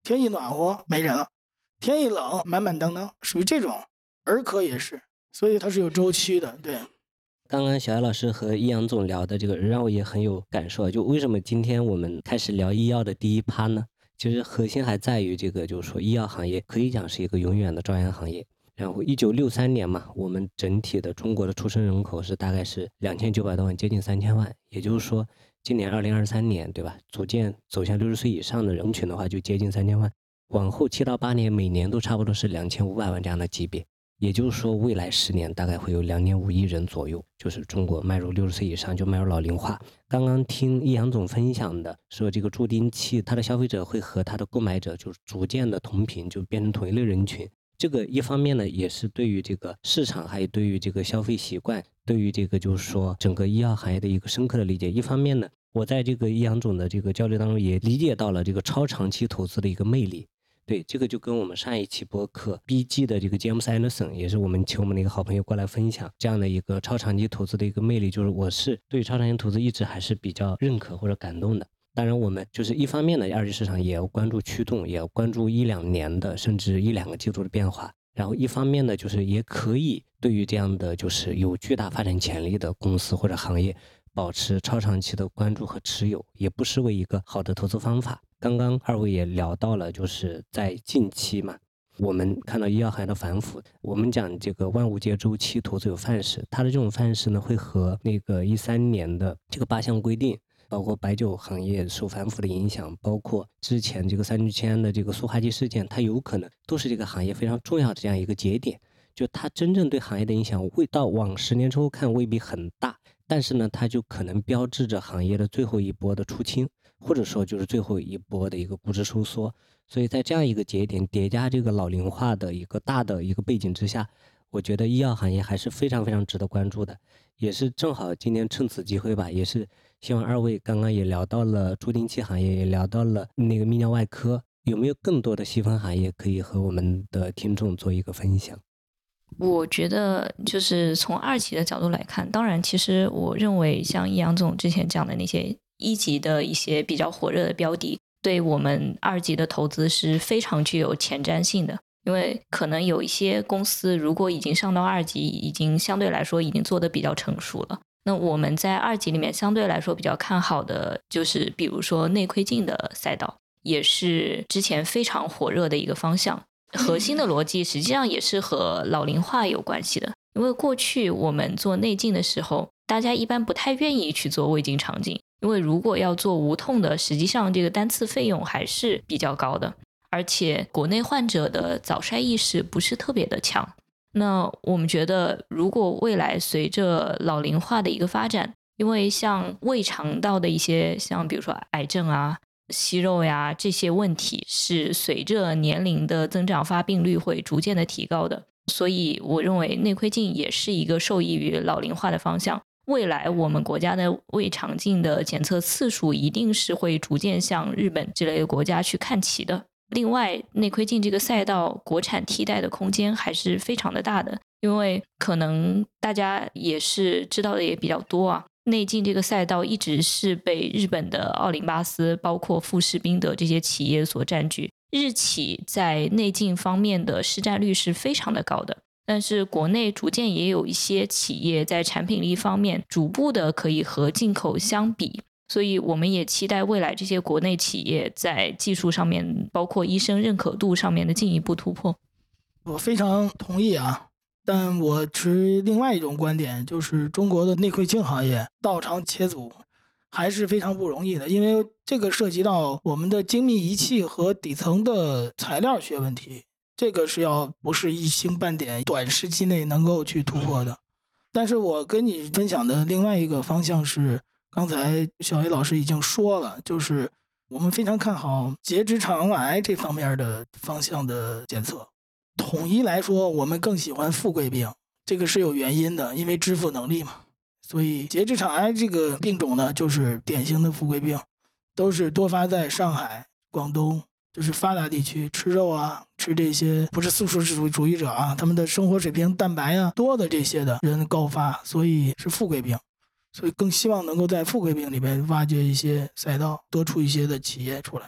天一暖和没人了，天一冷满满当当，属于这种。儿科也是，所以它是有周期的。对， 刚刚小艾老师和易阳总聊的这个让我也很有感受，就为什么今天我们开始聊医药的第一趴呢？其实核心还在于这个，就是说医药行业可以讲是一个永远的朝阳行业。然后一九六三年嘛，我们整体的中国的出生人口是大概是两千九百多万，接近三千万。也就是说，今年二零二三年，对吧？逐渐走向六十岁以上的人群的话，就接近三千万。往后七到八年，每年都差不多是两千五百万这样的级别。也就是说，未来十年大概会有两点五亿人左右，就是中国迈入六十岁以上就迈入老龄化。刚刚听易阳总分享的说，这个助听器它的消费者会和它的购买者就是逐渐的同频，就变成同一类人群。这个一方面呢，也是对于这个市场，还有对于这个消费习惯，对于这个就是说整个医药行业的一个深刻的理解。一方面呢，我在这个易阳总的这个交流当中也理解到了这个超长期投资的一个魅力。对，这个就跟我们上一期播客 B G 的这个 James Anderson 也是我们请我们的一个好朋友过来分享这样的一个超长期投资的一个魅力，就是我是对超长期投资一直还是比较认可或者感动的。当然我们就是一方面的二级市场也要关注驱动，也要关注一两年的甚至一两个季度的变化，然后一方面呢就是也可以对于这样的就是有巨大发展潜力的公司或者行业保持超长期的关注和持有，也不失为一个好的投资方法。刚刚二位也聊到了，就是在近期嘛，我们看到医药行业的反腐，我们讲这个万物皆周期，投资有范式，它的这种范式呢，会和那个一三年的这个八项规定，包括白酒行业受反腐的影响，包括之前这个三聚氰胺的这个塑化剂事件，它有可能都是这个行业非常重要的这样一个节点。就它真正对行业的影响，会到往十年之后看未必很大，但是呢，它就可能标志着行业的最后一波的出清。或者说就是最后一波的一个估值收缩，所以在这样一个节点叠加这个老龄化的一个大的一个背景之下，我觉得医药行业还是非常非常值得关注的。也是正好今天趁此机会吧，也是希望二位刚刚也聊到了助听器行业，也聊到了那个泌尿外科，有没有更多的细分行业可以和我们的听众做一个分享？ 我觉得就是从二级的角度来看，当然其实我认为像易阳总之前讲的那些一级的一些比较火热的标的，对我们二级的投资是非常具有前瞻性的。因为可能有一些公司如果已经上到二级，已经相对来说已经做得比较成熟了，那我们在二级里面相对来说比较看好的就是比如说内窥镜的赛道，也是之前非常火热的一个方向。核心的逻辑实际上也是和老龄化有关系的，因为过去我们做内镜的时候，大家一般不太愿意去做胃镜肠镜，因为如果要做无痛的，实际上这个单次费用还是比较高的，而且国内患者的早筛意识不是特别的强。那我们觉得如果未来随着老龄化的一个发展，因为像胃肠道的一些像比如说癌症啊、息肉呀，这些问题是随着年龄的增长发病率会逐渐的提高的，所以我认为内窥镜也是一个受益于老龄化的方向。未来我们国家的胃肠镜的检测次数一定是会逐渐向日本之类的国家去看齐的。另外内窥镜这个赛道国产替代的空间还是非常的大的，因为可能大家也是知道的也比较多啊，内镜这个赛道一直是被日本的奥林巴斯包括富士宾得这些企业所占据，日企在内镜方面的市占率是非常的高的，但是国内逐渐也有一些企业在产品力方面逐步的可以和进口相比，所以我们也期待未来这些国内企业在技术上面包括医生认可度上面的进一步突破。 我非常同意啊，但我持另外一种观点，就是中国的内窥镜行业道场切组还是非常不容易的，因为这个涉及到我们的精密仪器和底层的材料学问题，这个是要不是一星半点短时期内能够去突破的。但是我跟你分享的另外一个方向是，刚才小A老师已经说了，就是我们非常看好结直肠癌这方面的方向的检测。统一来说，我们更喜欢富贵病，这个是有原因的，因为支付能力嘛。所以结直肠癌这个病种呢，就是典型的富贵病，都是多发在上海、广东，就是发达地区，吃肉啊，吃这些不是素食主义者啊，他们的生活水平蛋白啊多的这些的人高发，所以是富贵病。所以更希望能够在富贵病里面挖掘一些赛道，多出一些的企业出来。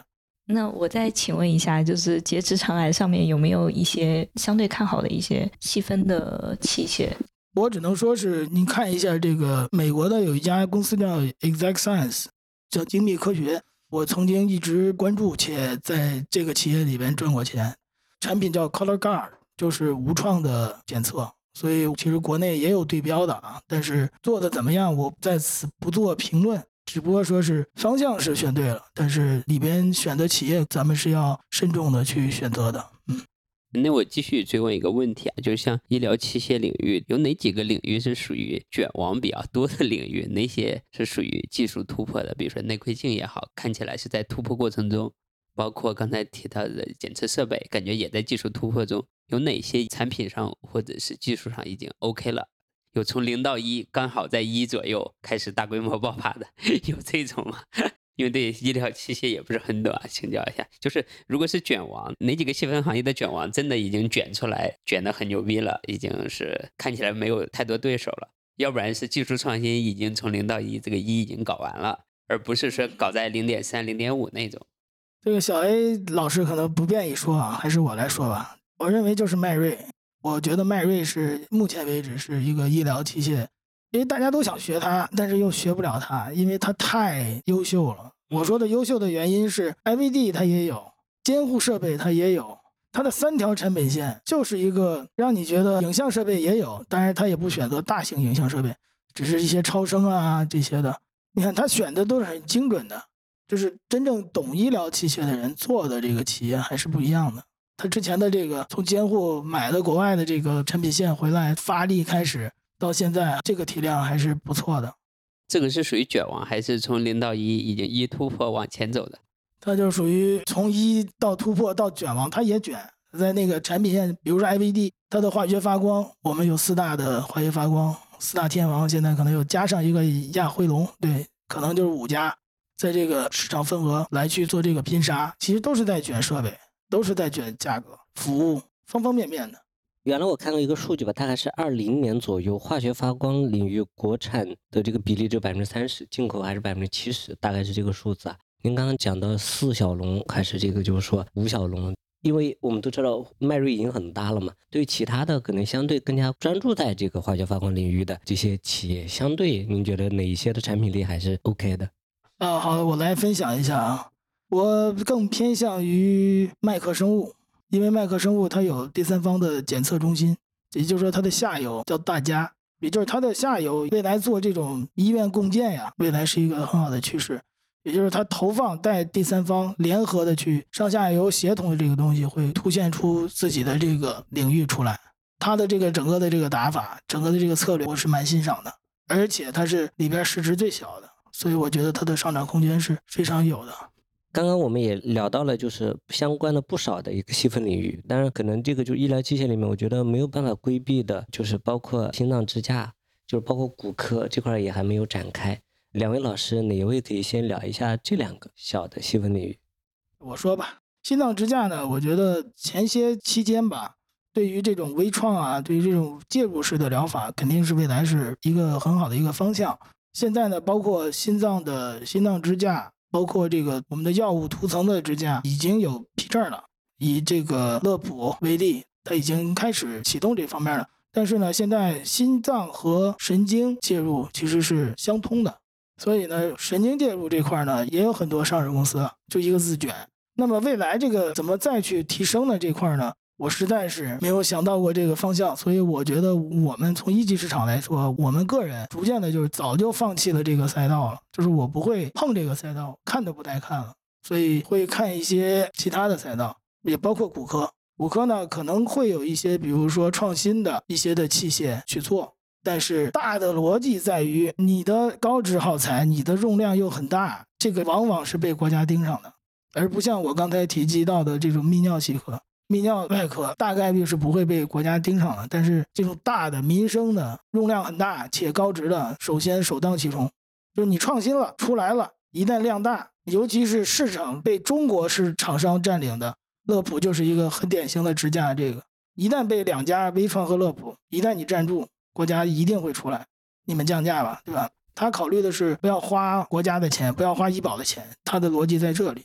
那我再请问一下，就是结直肠癌上面有没有一些相对看好的一些细分的器械？ 我只能说是您看一下这个美国的有一家公司叫 Exact Science， 叫精密科学，我曾经一直关注且在这个企业里边赚过钱。产品叫 ColorGuard， 就是无创的检测，所以其实国内也有对标的啊，但是做的怎么样我在此不做评论，只不过说是方向是选对了，但是里边选的企业咱们是要慎重的去选择的。嗯， 那我继续追问一个问题啊，就是像医疗器械领域，有哪几个领域是属于卷王比较多的领域？哪些是属于技术突破的？比如说内窥镜也好，看起来是在突破过程中，包括刚才提到的检测设备，感觉也在技术突破中。有哪些产品上或者是技术上已经 OK 了？有从零到一，刚好在一左右开始大规模爆发的，有这种吗？因为对医疗器械也不是很懂啊，请教一下，就是如果是卷王，哪几个细分行业的卷王真的已经卷出来，卷得很牛逼了，已经是看起来没有太多对手了，要不然是技术创新已经从零到一，这个一已经搞完了，而不是说搞在零点三、零点五那种。 这个小 A 老师可能不便意说啊，还是我来说吧。我认为就是迈瑞，我觉得迈瑞是目前为止是一个医疗器械，因为大家都想学它，但是又学不了它，因为它太优秀了。我说的优秀的原因是 I V D 它也有，监护设备它也有，它的三条产品线就是一个让你觉得影像设备也有，当然它也不选择大型影像设备，只是一些超声啊这些的。你看它选的都是很精准的，就是真正懂医疗器械的人做的这个企业还是不一样的。他之前的这个从监护买的国外的这个产品线回来发力开始，到现在这个体量还是不错的。 这个是属于卷王，还是从零到一已经一突破往前走的？ 它就属于从一到突破到卷王，它也卷。在那个产品线，比如说 I V D， 它的化学发光，我们有四大的化学发光，四大天王，现在可能又加上一个亚辉龙，对，可能就是五家，在这个市场份额来去做这个拼杀，其实都是在卷设备。都是在卷价格、服务方方面面的。 原来我看过一个数据吧，大概是二零年左右，化学发光领域国产的这个比例只有百分之三十，进口还是百分之七十，大概是这个数字啊。您刚刚讲到四小龙还是这个就是说五小龙，因为我们都知道迈瑞已经很大了嘛，对于其他的可能相对更加专注在这个化学发光领域的这些企业，相对您觉得哪一些的产品力还是 OK 的？ 啊，好，我来分享一下啊。我更偏向于麦克生物，因为麦克生物它有第三方的检测中心，也就是说它的下游叫大家，也就是它的下游未来做这种医院共建呀，未来是一个很好的趋势。也就是它投放带第三方联合的去上下游协同的这个东西，会凸显出自己的这个领域出来。它的这个整个的这个打法，整个的这个策略，我是蛮欣赏的，而且它是里边市值最小的，所以我觉得它的上涨空间是非常有的。 刚刚我们也聊到了就是相关的不少的一个细分领域，当然可能这个就医疗器械里面我觉得没有办法规避的就是包括心脏支架，就是包括骨科这块也还没有展开。两位老师哪一位可以先聊一下这两个小的细分领域？ 我说吧，心脏支架呢，我觉得前些期间吧，对于这种微创啊，对于这种介入式的疗法肯定是未来是一个很好的一个方向。现在呢，包括心脏的心脏支架，包括这个我们的药物涂层的支架已经有批证了，以这个乐普为例，它已经开始启动这方面了。但是呢，现在心脏和神经介入其实是相通的，所以呢，神经介入这块呢也有很多上市公司，就一个字卷。那么未来这个怎么再去提升呢？这块呢，我实在是没有想到过这个方向，所以我觉得我们从一级市场来说，我们个人逐渐的就是早就放弃了这个赛道了，就是我不会碰这个赛道，看都不带看了，所以会看一些其他的赛道，也包括骨科。骨科呢可能会有一些比如说创新的一些的器械去做，但是大的逻辑在于你的高值耗材，你的用量又很大，这个往往是被国家盯上的，而不像我刚才提及到的这种泌尿系科。泌尿外科大概率是不会被国家盯上的，但是这种大的民生的用量很大且高值的，首先首当其冲，就是你创新了出来了，一旦量大，尤其是市场被中国式厂商占领的，乐普就是一个很典型的支架。这个一旦被两家微创和乐普，一旦你站住，国家一定会出来，你们降价吧，对吧？他考虑的是不要花国家的钱，不要花医保的钱，他的逻辑在这里。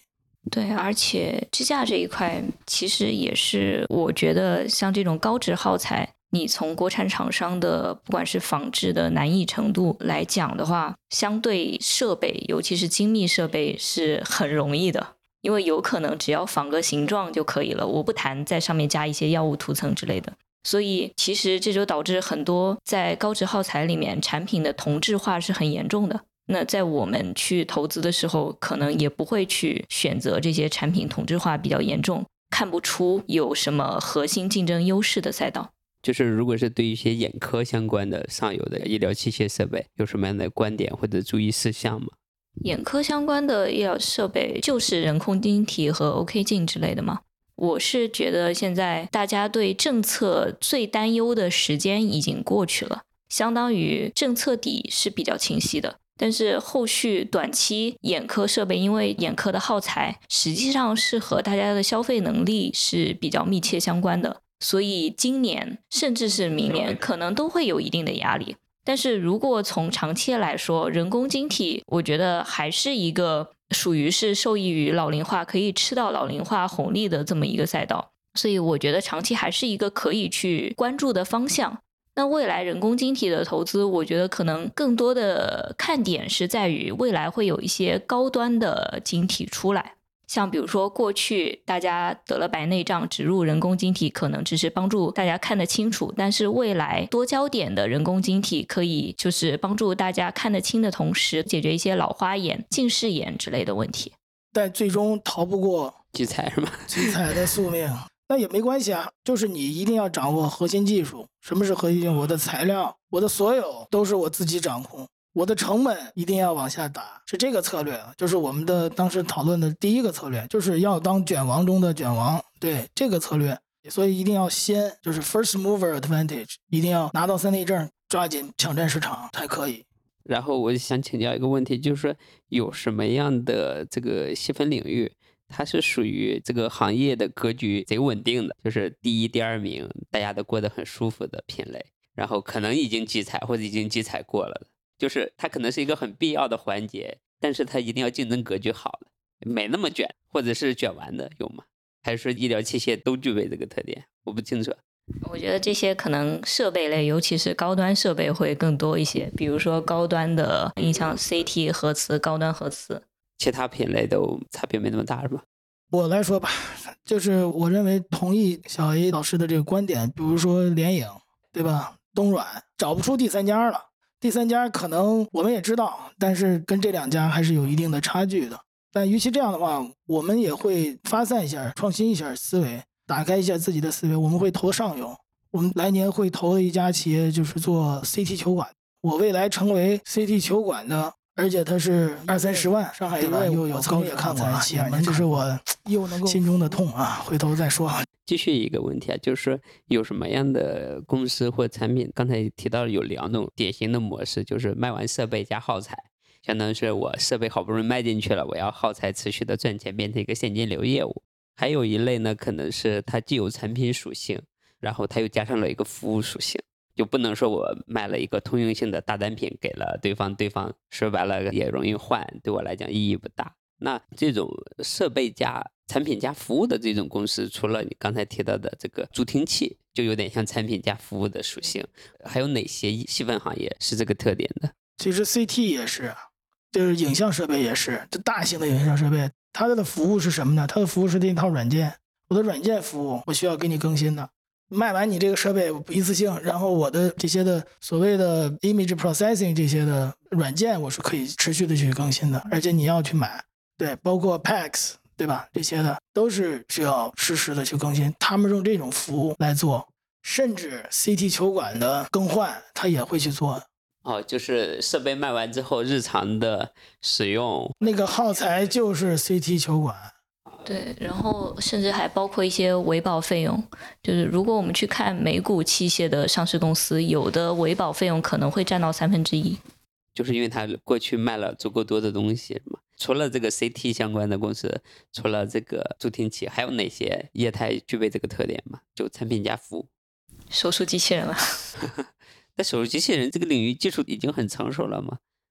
对，而且支架这一块其实也是我觉得像这种高值耗材，你从国产厂商的不管是仿制的难易程度来讲的话，相对设备尤其是精密设备是很容易的，因为有可能只要仿个形状就可以了，我不谈在上面加一些药物涂层之类的。所以其实这就导致很多在高值耗材里面产品的同质化是很严重的，那在我们去投资的时候可能也不会去选择这些产品同质化比较严重，看不出有什么核心竞争优势的赛道。 就是如果是对于一些眼科相关的上游的医疗器械设备有什么样的观点或者注意事项吗？ 眼科相关的医疗设备就是人工晶体和 OK 镜之类的吗？我是觉得现在大家对政策最担忧的时间已经过去了，相当于政策底是比较清晰的，但是后续短期眼科设备因为眼科的耗材实际上是和大家的消费能力是比较密切相关的，所以今年甚至是明年可能都会有一定的压力。但是如果从长期来说，人工晶体我觉得还是一个属于是受益于老龄化，可以吃到老龄化红利的这么一个赛道，所以我觉得长期还是一个可以去关注的方向。那未来人工晶体的投资，我觉得可能更多的看点是在于未来会有一些高端的晶体出来，像比如说过去大家得了白内障植入人工晶体可能只是帮助大家看得清楚，但是未来多焦点的人工晶体可以就是帮助大家看得清的同时解决一些老花眼近视眼之类的问题， 但最终逃不过集采是吗？ 集采的宿命。那也没关系啊，就是你一定要掌握核心技术。什么是核心技术？我的材料，我的所有都是我自己掌控，我的成本一定要往下打，是这个策略，就是我们的当时讨论的第一个策略，就是要当卷王中的卷王，对这个策略。所以一定要先就是 first mover advantage， 一定要拿到三 D 证，抓紧抢占市场才可以。 然后我想请教一个问题，就是说有什么样的这个细分领域它是属于这个行业的格局贼稳定的，就是第一第二名大家都过得很舒服的品类，然后可能已经集采或者已经集采过了，就是它可能是一个很必要的环节，但是它一定要竞争格局好的，没那么卷或者是卷完的有吗？还是说医疗器械都具备这个特点？我不清楚。 我觉得这些可能设备类尤其是高端设备会更多一些，比如说高端的影像 C T 核磁高端核磁， 其他品类都差别没那么大是吧？ 我来说吧，就是我认为同意小 A 老师的这个观点，比如说联影对吧，东软找不出第三家了，第三家可能我们也知道，但是跟这两家还是有一定的差距的。但与其这样的话，我们也会发散一下，创新一下思维，打开一下自己的思维。我们会投上游，我们来年会投的一家企业就是做 C T 球馆，我未来成为 C T 球馆的，而且它是二三十万，上海对吧？又有高铁看我企业们，这是我又能够心中的痛啊！回头再说。 继续一个问题啊，就是有什么样的公司或产品？刚才提到有两种典型的模式，就是卖完设备加耗材，相当于是我设备好不容易卖进去了，我要耗材持续的赚钱，变成一个现金流业务。还有一类呢，可能是它既有产品属性，然后它又加上了一个服务属性，就不能说我卖了一个通用性的大单品给了对方，对方说白了也容易换，对我来讲意义不大。那这种设备加产品加服务的这种公司，除了你刚才提到的这个助听器，就有点像产品加服务的属性，还有哪些细分行业是这个特点的？ 其实 C T 也是，就是影像设备也是，这大型的影像设备，它的服务是什么呢？它的服务是这一套软件，我的软件服务我需要给你更新的，卖完你这个设备一次性，然后我的这些的所谓的 image processing 这些的软件我是可以持续的去更新的，而且你要去买，对，包括 P A X 对吧？这些的都是需要实时的去更新，他们用这种服务来做，甚至 C T 球馆的更换他也会去做。 哦，就是设备卖完之后日常的使用， 那个耗材就是 C T 球馆。 对，然后甚至还包括一些维保费用，就是如果我们去看美股器械的上市公司，有的维保费用可能会占到三分之一， 就是因为它过去卖了足够多的东西嘛。除了这个 C T 相关的公司，除了这个助听器，还有哪些业态具备这个特点嘛？就产品加服务。 手术机器人了。 但手术机器人这个领域技术已经很成熟了嘛？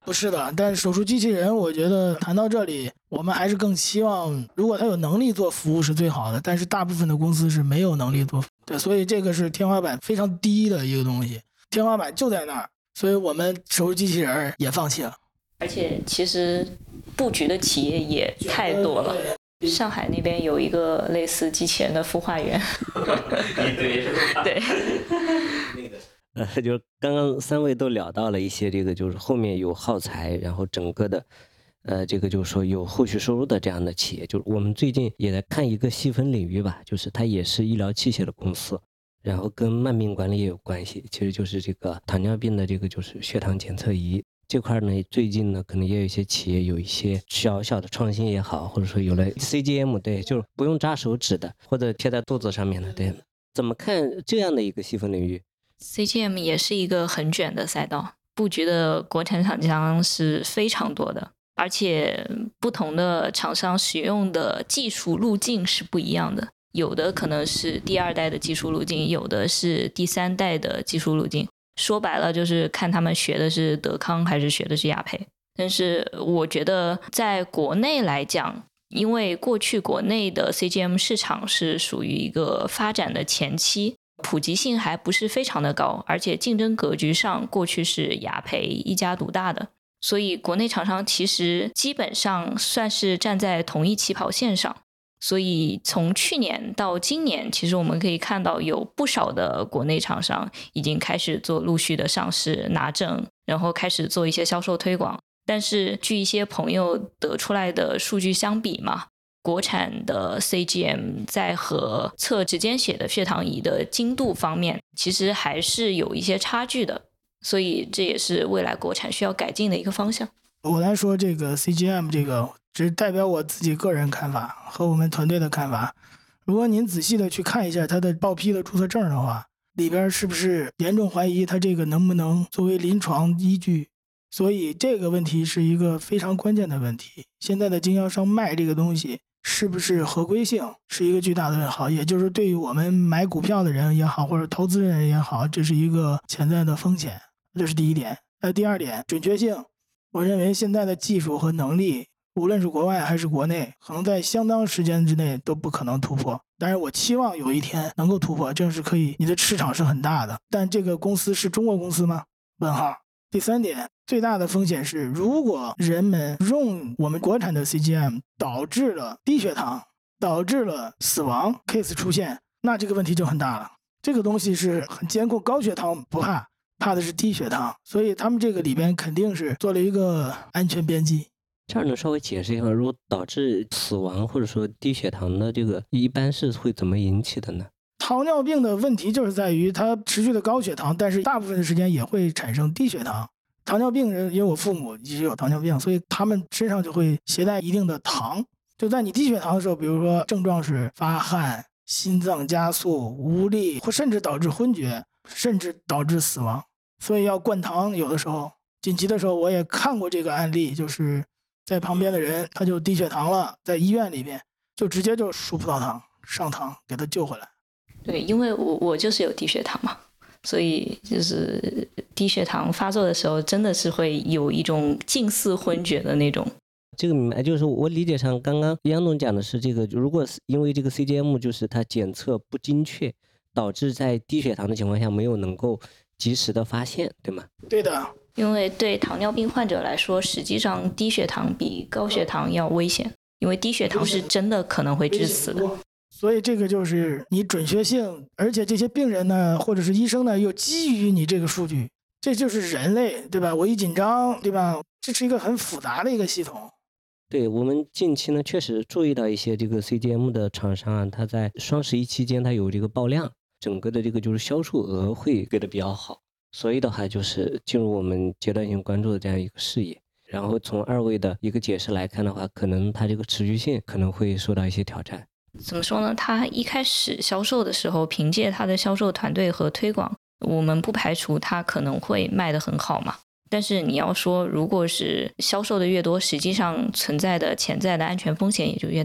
不是的，但手术机器人，我觉得谈到这里，我们还是更希望，如果他有能力做服务是最好的，但是大部分的公司是没有能力做服务，对，所以这个是天花板非常低的一个东西，天花板就在那儿，所以我们手术机器人也放弃了。 而且其实布局的企业也太多了。上海那边有一个类似机器人的孵化园，对， 呃，就刚刚三位都聊到了一些这个，就是后面有耗材，然后整个的，呃，这个就是说有后续收入的这样的企业，就是我们最近也在看一个细分领域吧，就是它也是医疗器械的公司，然后跟慢病管理也有关系，其实就是这个糖尿病的这个就是血糖检测仪这块呢，最近呢可能也有一些企业有一些小小的创新也好，或者说有了 C G M， 对，就是不用扎手指的，或者贴在肚子上面的，对，怎么看这样的一个细分领域？ C G M 也是一个很卷的赛道，布局的国产厂商是非常多的，而且不同的厂商使用的技术路径是不一样的，有的可能是第二代的技术路径，有的是第三代的技术路径，说白了就是看他们学的是德康还是学的是雅培。但是我觉得在国内来讲，因为过去国内的 C G M 市场是属于一个发展的前期，普及性还不是非常的高，而且竞争格局上过去是雅培一家独大的，所以国内厂商其实基本上算是站在同一起跑线上。所以从去年到今年，其实我们可以看到有不少的国内厂商已经开始做陆续的上市拿证，然后开始做一些销售推广。但是据一些朋友得出来的数据相比嘛，国产的 C G M 在和测指尖血的血糖仪的精度方面其实还是有一些差距的，所以这也是未来国产需要改进的一个方向。 我来说这个 C G M 这个只代表我自己个人看法和我们团队的看法，如果您仔细的去看一下它的报批的注册证的话，里边是不是严重怀疑它这个能不能作为临床依据，所以这个问题是一个非常关键的问题。现在的经销商卖这个东西是不是合规性是一个巨大的问号，也就是对于我们买股票的人也好，或者投资人也好，这是一个潜在的风险，这是第一点。呃，第二点，准确性，我认为现在的技术和能力无论是国外还是国内，可能在相当时间之内都不可能突破。当然我期望有一天能够突破，这是可以，你的市场是很大的，但这个公司是中国公司吗？问号。第三点，最大的风险是，如果人们用我们国产的 C G M 导致了低血糖，导致了死亡 case 出现，那这个问题就很大了。这个东西是很监控，高血糖不怕，怕的是低血糖，所以他们这个里边肯定是做了一个安全边际。 这儿能稍微解释一下，如果导致死亡或者说低血糖的这个一般是会怎么引起的呢？ 糖尿病的问题就是在于它持续的高血糖，但是大部分的时间也会产生低血糖。糖尿病人，因为我父母一直有糖尿病，所以他们身上就会携带一定的糖。就在你低血糖的时候，比如说症状是发汗、心脏加速、无力，或甚至导致昏厥，甚至导致死亡。所以要灌糖，有的时候紧急的时候我也看过这个案例，就是在旁边的人他就低血糖了，在医院里边就直接就输葡萄糖上糖给他救回来。 对，因为我我就是有低血糖嘛，所以就是低血糖发作的时候真的是会有一种近似昏厥的那种。 这个明白，就是我理解上刚刚杨总讲的是这个，如果因为这个 C G M 就是它检测不精确，导致在低血糖的情况下没有能够及时的发现，对吗？ 对的， 因为对糖尿病患者来说，实际上低血糖比高血糖要危险，因为低血糖是真的可能会致死的。 所以这个就是你准确性，而且这些病人呢，或者是医生呢，又基于你这个数据，这就是人类，对吧？我一紧张，对吧？这是一个很复杂的一个系统。 对，我们近期呢确实注意到一些这个 C G M 的厂商啊，它在双十一期间它有这个爆量，整个的这个就是销售额会给的比较好，所以的话就是进入我们阶段性关注的这样一个视野。然后从二位的一个解释来看的话，可能它这个持续性可能会受到一些挑战。 怎么说呢？他一开始销售的时候，凭借他的销售团队和推广，我们不排除他可能会卖得很好嘛。但是你要说，如果是销售的越多，实际上存在的潜在的安全风险也就越大。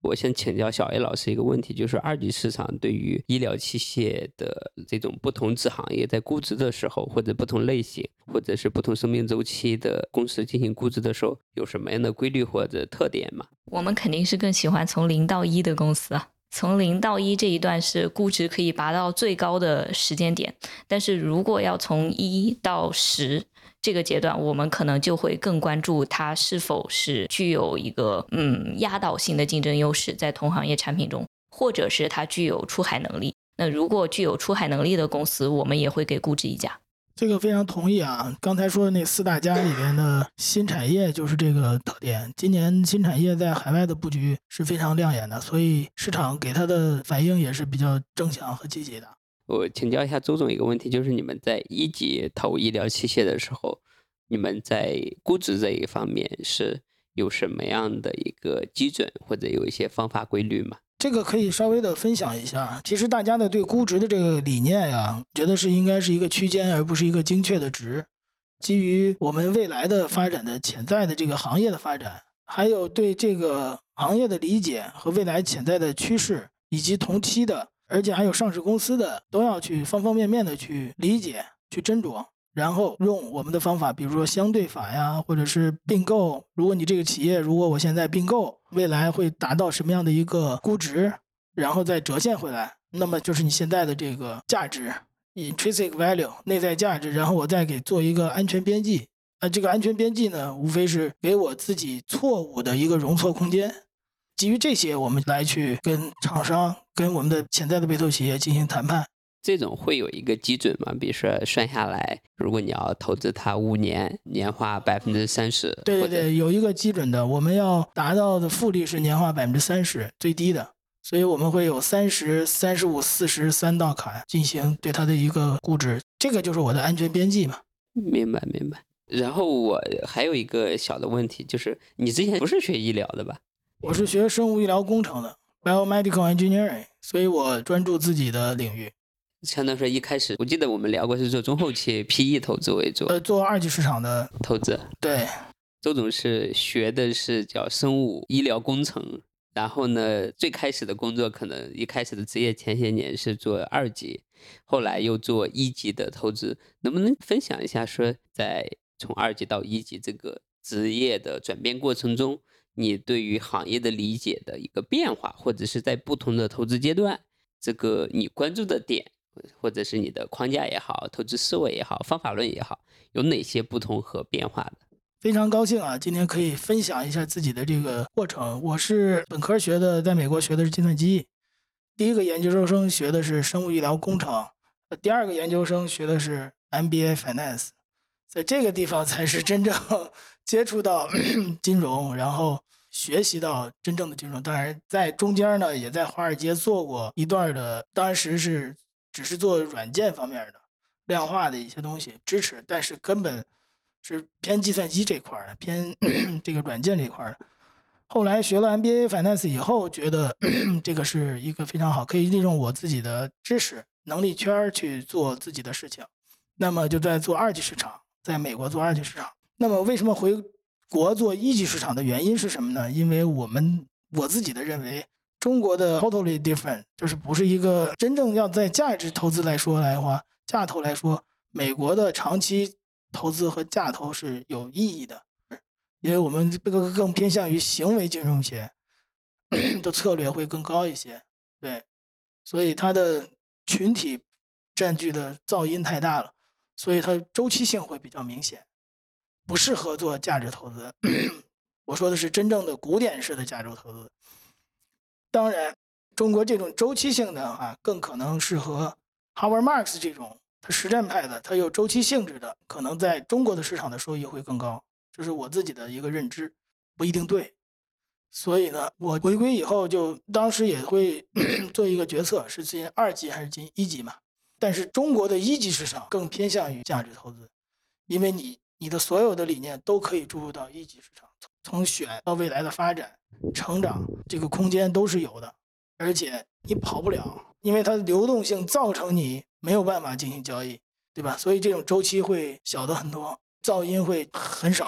我先请教小 A 老师一个问题，就是二级市场对于医疗器械的这种不同子行业在估值的时候，或者不同类型，或者是不同生命周期的公司进行估值的时候，有什么样的规律或者特点吗？ 我们肯定是更喜欢从零到一的公司啊。从零到一这一段是估值可以拔到最高的时间点，但是如果要从一到十这个阶段，我们可能就会更关注它是否是具有一个嗯压倒性的竞争优势在同行业产品中，或者是它具有出海能力。那如果具有出海能力的公司，我们也会给估值溢价。 这个非常同意啊！刚才说的那四大家里边的新产业就是这个特点。今年新产业在海外的布局是非常亮眼的，所以市场给它的反应也是比较正向和积极的。 我请教一下周总一个问题，就是你们在一级投医疗器械的时候，你们在估值这一方面是有什么样的一个基准，或者有一些方法规律吗？ 这个可以稍微的分享一下。其实大家的对估值的这个理念呀，觉得是应该是一个区间，而不是一个精确的值。基于我们未来的发展的潜在的这个行业的发展，还有对这个行业的理解和未来潜在的趋势，以及同期的，而且还有上市公司的，都要去方方面面的去理解、去斟酌。然后用我们的方法，比如说相对法呀，或者是并购。如果你这个企业，如果我现在并购，未来会达到什么样的一个估值，然后再折现回来，那么就是你现在的这个价值 intrinsic value 内在价值，然后我再给做一个安全边际。那这个安全边际呢，无非是给我自己错误的一个容错空间。基于这些，我们来去跟厂商、跟我们的潜在的被投企业进行谈判。 这种会有一个基准吗？比如说算下来，如果你要投资它五年，年化百分之三十。 对对对，有一个基准的，我们要达到的复利是年化百分之三十，最低的。所以我们会有三十、三十五、四十三道坎进行对它的一个估值，这个就是我的安全边际嘛。 明白明白。然后我还有一个小的问题，就是你之前不是学医疗的吧？ 我是学生物医疗工程的 ，biomedical engineering， 所以我专注自己的领域。 相当于说一开始，我记得我们聊过是做中后期 P E 投资为主， 呃，做二级市场的投资。 对， 周总是学的是叫生物医疗工程，然后呢，最开始的工作可能一开始的职业前些年是做二级，后来又做一级的投资，能不能分享一下说，在从二级到一级这个职业的转变过程中，你对于行业的理解的一个变化，或者是在不同的投资阶段，这个你关注的点，或者是你的框架也好，投资思维也好，方法论也好，有哪些不同和变化的？ 非常高兴啊，今天可以分享一下自己的这个过程。我是本科学的，在美国学的是计算机，第一个研究生学的是生物医疗工程，第二个研究生学的是 M B A Finance， 在这个地方才是真正接触到金融，然后学习到真正的金融。当然在中间呢，也在华尔街做过一段的，当时是只是做软件方面的量化的一些东西支持，但是根本是偏计算机这块的，偏这个软件这块的。后来学了 M B A Finance 以后，觉得这个是一个非常好，可以利用我自己的知识能力圈去做自己的事情。那么就在做二级市场，在美国做二级市场。那么为什么回国做一级市场的原因是什么呢？因为我们我自己的认为，中国的 totally different， 就是不是一个真正要在价值投资来说来话，价投来说，美国的长期投资和价投是有意义的，因为我们这个更偏向于行为金融学的策略会更高一些。对，所以它的群体占据的噪音太大了，所以它周期性会比较明显，不适合做价值投资。我说的是真正的古典式的价值投资。当然中国这种周期性的啊，更可能适合 Howard Marks 这种它实战派的，它有周期性质的，可能在中国的市场的收益会更高，这是我自己的一个认知，不一定对。所以呢，我回归以后就当时也会做一个决策，是进二级还是进一级嘛。但是中国的一级市场更偏向于价值投资，因为你你的所有的理念都可以注入到一级市场，从选到未来的发展成长，这个空间都是有的，而且你跑不了，因为它的流动性造成你没有办法进行交易，对吧？所以这种周期会小的很多，噪音会很少。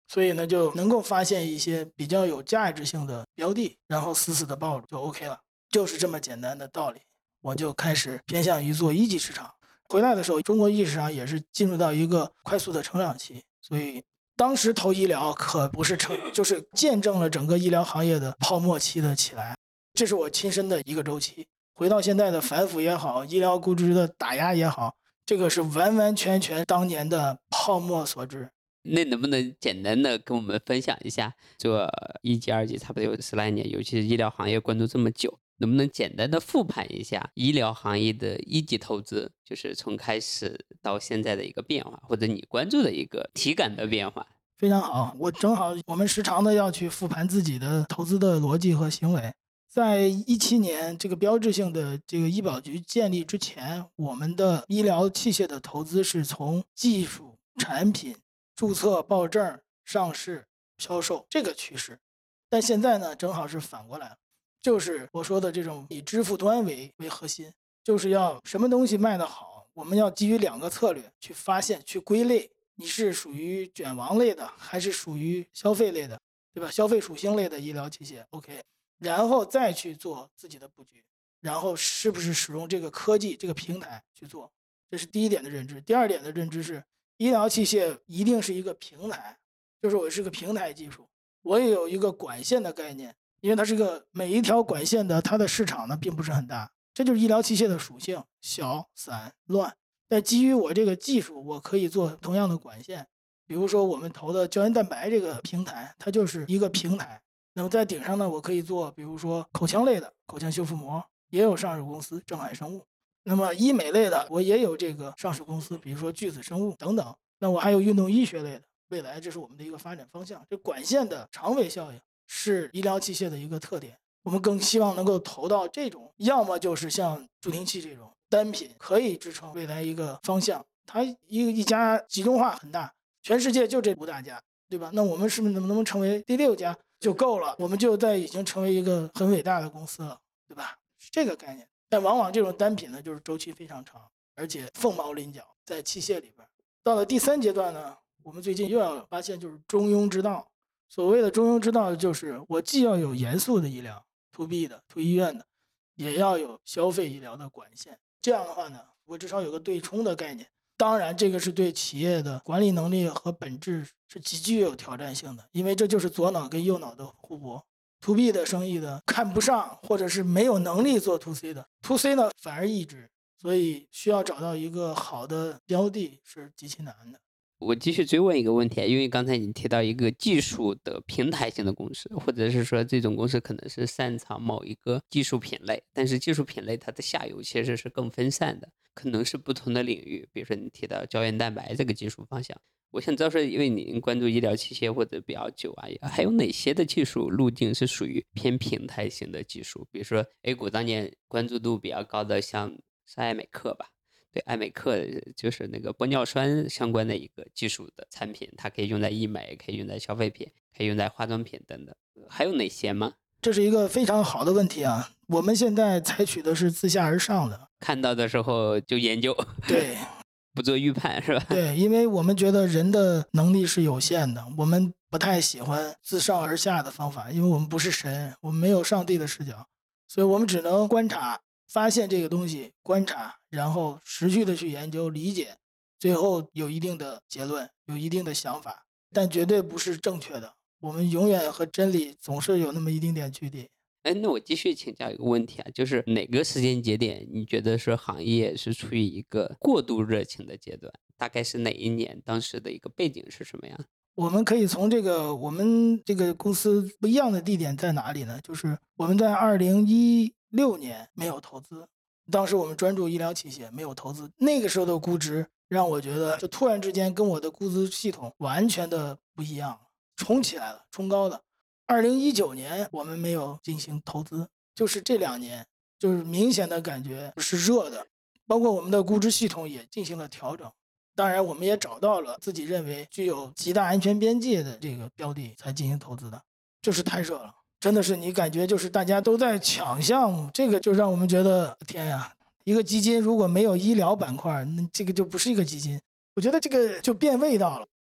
所以呢就能够发现一些比较有价值性的标的，然后死死的抱住就 OK 了，就是这么简单的道理。我就开始偏向于做一级市场。回来的时候，中国一级市场也是进入到一个快速的成长期，所以当时投医疗可不是成，就是见证了整个医疗行业的泡沫期的起来，这是我亲身的一个周期。回到现在的反腐也好，医疗估值的打压也好，这个是完完全全当年的泡沫所致。 那能不能简单的跟我们分享一下，做一级二级差不多有十来年，尤其是医疗行业关注这么久，能不能简单的复盘一下医疗行业的一级投资，就是从开始到现在的一个变化，或者你关注的一个体感的变化？ 非常好，我正好我们时常的要去复盘自己的投资的逻辑和行为。在一七年这个标志性的这个医保局建立之前，我们的医疗器械的投资是从技术、产品、注册、报证、上市、销售这个趋势。但现在呢，正好是反过来了，就是我说的这种以支付端为为核心，就是要什么东西卖得好，我们要基于两个策略去发现、去归类，你是属于卷王类的，还是属于消费类的，对吧？消费属性类的医疗器械 OK， 然后再去做自己的布局，然后是不是使用这个科技这个平台去做，这是第一点的认知。第二点的认知是医疗器械一定是一个平台，就是我是个平台技术，我也有一个管线的概念，因为它是个每一条管线的它的市场呢并不是很大，这就是医疗器械的属性，小、散、乱。但基于我这个技术，我可以做同样的管线，比如说我们投的胶原蛋白这个平台，它就是一个平台。那么在顶上呢，我可以做比如说口腔类的口腔修复膜，也有上市公司正海生物。那么医美类的我也有这个上市公司，比如说巨子生物等等。那我还有运动医学类的，未来这是我们的一个发展方向。这管线的长尾效应是医疗器械的一个特点，我们更希望能够投到这种，要么就是像助听器这种单品可以支撑未来一个方向，它一个一家集中化很大，全世界就这五大家，对吧？那我们是不是能不能成为第六家就够了，我们就在已经成为一个很伟大的公司了，对吧？是这个概念。但往往这种单品呢，就是周期非常长，而且凤毛麟角，在器械里边。到了第三阶段呢，我们最近又要发现就是中庸之道。所谓的中庸之道，就是我既要有严肃的医疗 to B 的 to 医院的，也要有消费医疗的管线。这样的话呢，我至少有个对冲的概念。当然这个是对企业的管理能力和本质是极具有挑战性的，因为这就是左脑跟右脑的互搏。to B 的生意的看不上，或者是没有能力做 to C 的， to C 呢反而抑制，所以需要找到一个好的标的是极其难的。 我继续追问一个问题，因为刚才你提到一个技术的平台型的公司，或者是说这种公司可能是擅长某一个技术品类，但是技术品类它的下游其实是更分散的，可能是不同的领域。比如说你提到胶原蛋白这个技术方向，我想知道说，因为您关注医疗器械或者比较久啊，还有哪些的技术路径是属于偏平台型的技术？比如说 A 股当年关注度比较高的像是爱美克吧，对，爱美克就是那个玻尿酸相关的一个技术的产品，它可以用在医美，可以用在消费品，可以用在化妆品等等。还有哪些吗？ 这是一个非常好的问题啊！我们现在采取的是自下而上的， 看到的时候就研究， 对， 不做预判是吧？ 对，因为我们觉得人的能力是有限的，我们不太喜欢自上而下的方法，因为我们不是神，我们没有上帝的视角，所以我们只能观察。发现这个东西，观察，然后持续的去研究理解，最后有一定的结论，有一定的想法，但绝对不是正确的。我们永远和真理总是有那么一丁点距离。 哎，那我继续请教一个问题啊，就是哪个时间节点你觉得说行业是处于一个过度热情的阶段？大概是哪一年？当时的一个背景是什么样？ 我们可以从这个我们这个公司不一样的地点在哪里呢？就是我们在二零一六年没有投资，当时我们专注医疗器械，没有投资。那个时候的估值让我觉得，就突然之间跟我的估值系统完全的不一样，冲起来了，冲高了。二零一九年我们没有进行投资，就是这两年，就是明显的感觉是热的，包括我们的估值系统也进行了调整。当然，我们也找到了自己认为具有极大安全边界的这个标的才进行投资的，就是太热了。真的是你感觉就是大家都在抢项目，这个就让我们觉得天呀，一个基金如果没有医疗板块，那这个就不是一个基金。我觉得这个就变味道了。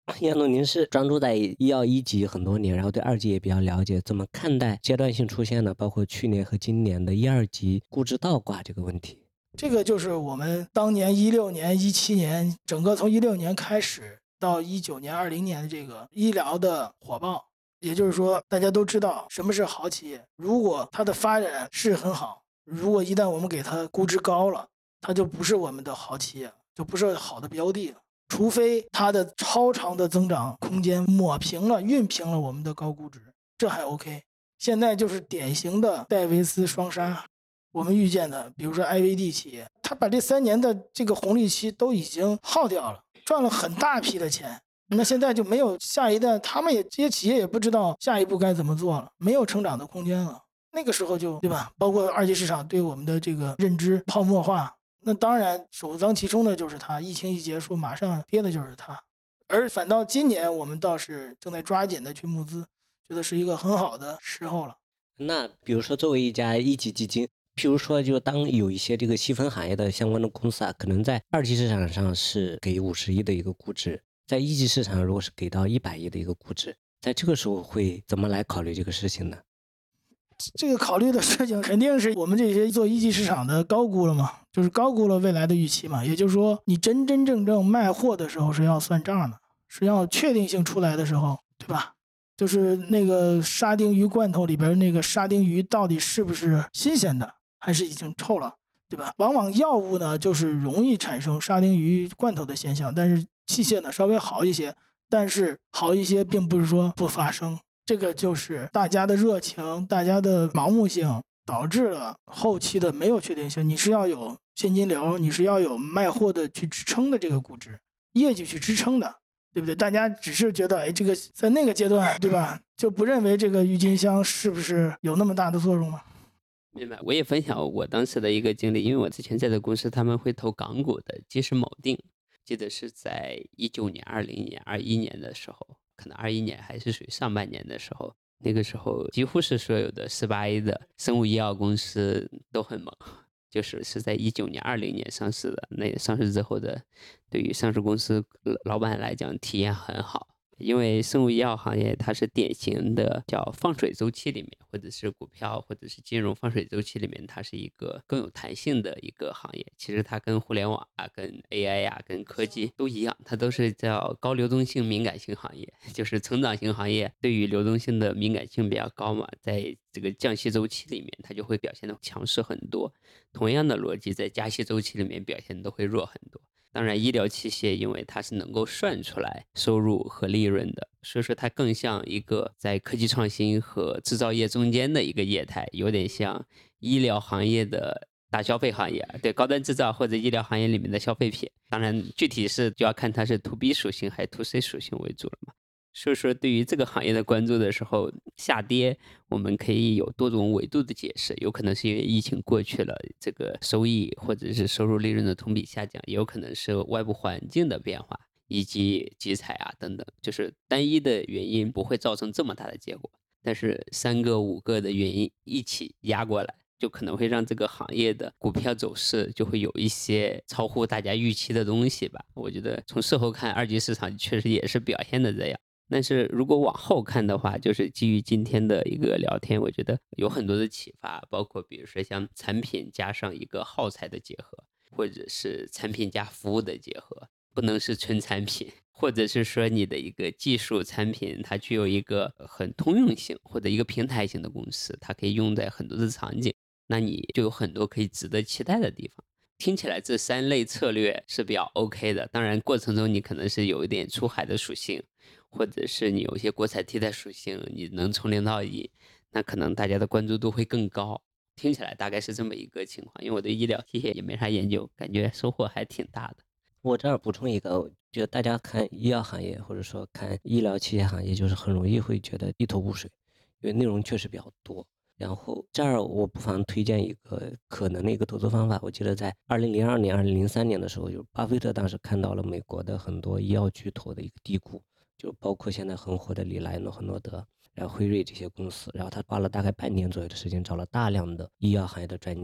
杨总，您是专注在医药一级很多年，然后对二级也比较了解，怎么看待阶段性出现的，包括去年和今年的一二级估值倒挂这个问题？ 这个就是我们当年一六年、一七年，整个从一六年开始到一九年、二零年的这个医疗的火爆，也就是说，大家都知道什么是好企业。如果它的发展是很好，如果一旦我们给它估值高了，它就不是我们的好企业，就不是好的标的了。除非它的超长的增长空间抹平了、熨平了我们的高估值，这还 OK。现在就是典型的戴维斯双杀。我们预见的，比如说 I V D 企业，它把这三年的这个红利期都已经耗掉了，赚了很大批的钱。那现在就没有下一代，他们也这些企业也不知道下一步该怎么做了，没有成长的空间了。那个时候就对吧？包括二级市场对我们的这个认知泡沫化。那当然首当其冲的就是它，疫情一结束马上跌的就是它。而反倒今年我们倒是正在抓紧的去募资，觉得是一个很好的时候了。 那比如说作为一家一级基金，譬如说就当有一些这个细分行业的相关的公司啊，可能在二级市场上是给五十亿的一个估值，在一级市场如果是给到一百亿的一个估值，在这个时候会怎么来考虑这个事情呢？ 这个考虑的事情肯定是我们这些做一级市场的高估了嘛，就是高估了未来的预期嘛。也就是说，你真真正正卖货的时候是要算账的，是要确定性出来的时候，对吧？就是那个沙丁鱼罐头里边那个沙丁鱼到底是不是新鲜的，还是已经臭了，对吧？往往药物呢就是容易产生沙丁鱼罐头的现象，但是器械呢稍微好一些，但是好一些并不是说不发生。这个就是大家的热情，大家的盲目性，导致了后期的没有确定性。你是要有现金流，你是要有卖货的去支撑的这个估值，业绩去支撑的，对不对？大家只是觉得，哎，这个在那个阶段，对吧？就不认为这个郁金香是不是有那么大的作用吗？ 明白，我也分享我当时的一个经历，因为我之前在的公司他们会投港股的，即时锚定，记得是在一九年、二零年、二一年的时候。可能二一年还是属于上半年的时候，那个时候几乎是所有的十八 A 的生物医药公司都很猛，就是是在一九年、二零年上市的。那上市之后的，对于上市公司老板来讲体验很好，因为生物医药行业它是典型的叫放水周期里面，或者是股票或者是金融放水周期里面，它是一个更有弹性的一个行业。其实它跟互联网啊、跟 A I 呀、啊、跟科技都一样，它都是叫高流动性敏感性行业，就是成长型行业对于流动性的敏感性比较高嘛，在这个降息周期里面它就会表现得强势很多。同样的逻辑在加息周期里面表现都会弱很多。当然医疗器械因为它是能够算出来收入和利润的，所以说它更像一个在科技创新和制造业中间的一个业态，有点像医疗行业的大消费行业，对，高端制造或者医疗行业里面的消费品。当然具体是就要看它是 to B 属性还是 to C 属性为主了嘛。所以说对于这个行业的关注的时候，下跌我们可以有多种维度的解释，有可能是因为疫情过去了，这个收益或者是收入利润的同比下降，也有可能是外部环境的变化以及集采啊等等，就是单一的原因不会造成这么大的结果，但是三个五个的原因一起压过来，就可能会让这个行业的股票走势就会有一些超乎大家预期的东西吧。我觉得从事后看，二级市场确实也是表现的这样。但是如果往后看的话，就是基于今天的一个聊天，我觉得有很多的启发，包括比如说像产品加上一个耗材的结合，或者是产品加服务的结合，不能是纯产品，或者是说你的一个技术产品它具有一个很通用性，或者一个平台型的公司，它可以用在很多的场景，那你就有很多可以值得期待的地方。听起来这三类策略是比较 OK 的，当然过程中你可能是有一点出海的属性，或者是你有一些国产替代属性，你能从零到一，那可能大家的关注度会更高。听起来大概是这么一个情况，因为我对医疗器械也没啥研究，感觉收获还挺大的。 我这儿补充一个，就大家看医药行业或者说看医疗器械行业，就是很容易会觉得一头雾水，因为内容确实比较多。然后这儿我不妨推荐一个可能的一个投资方法。我记得在二零零二年、二零零三年的时候，就巴菲特当时看到了美国的很多医药巨头的一个低估，就包括现在很火的里莱、诺和诺德，然后辉瑞这些公司。然后他花了大概半年左右的时间，找了大量的医药行业的专家，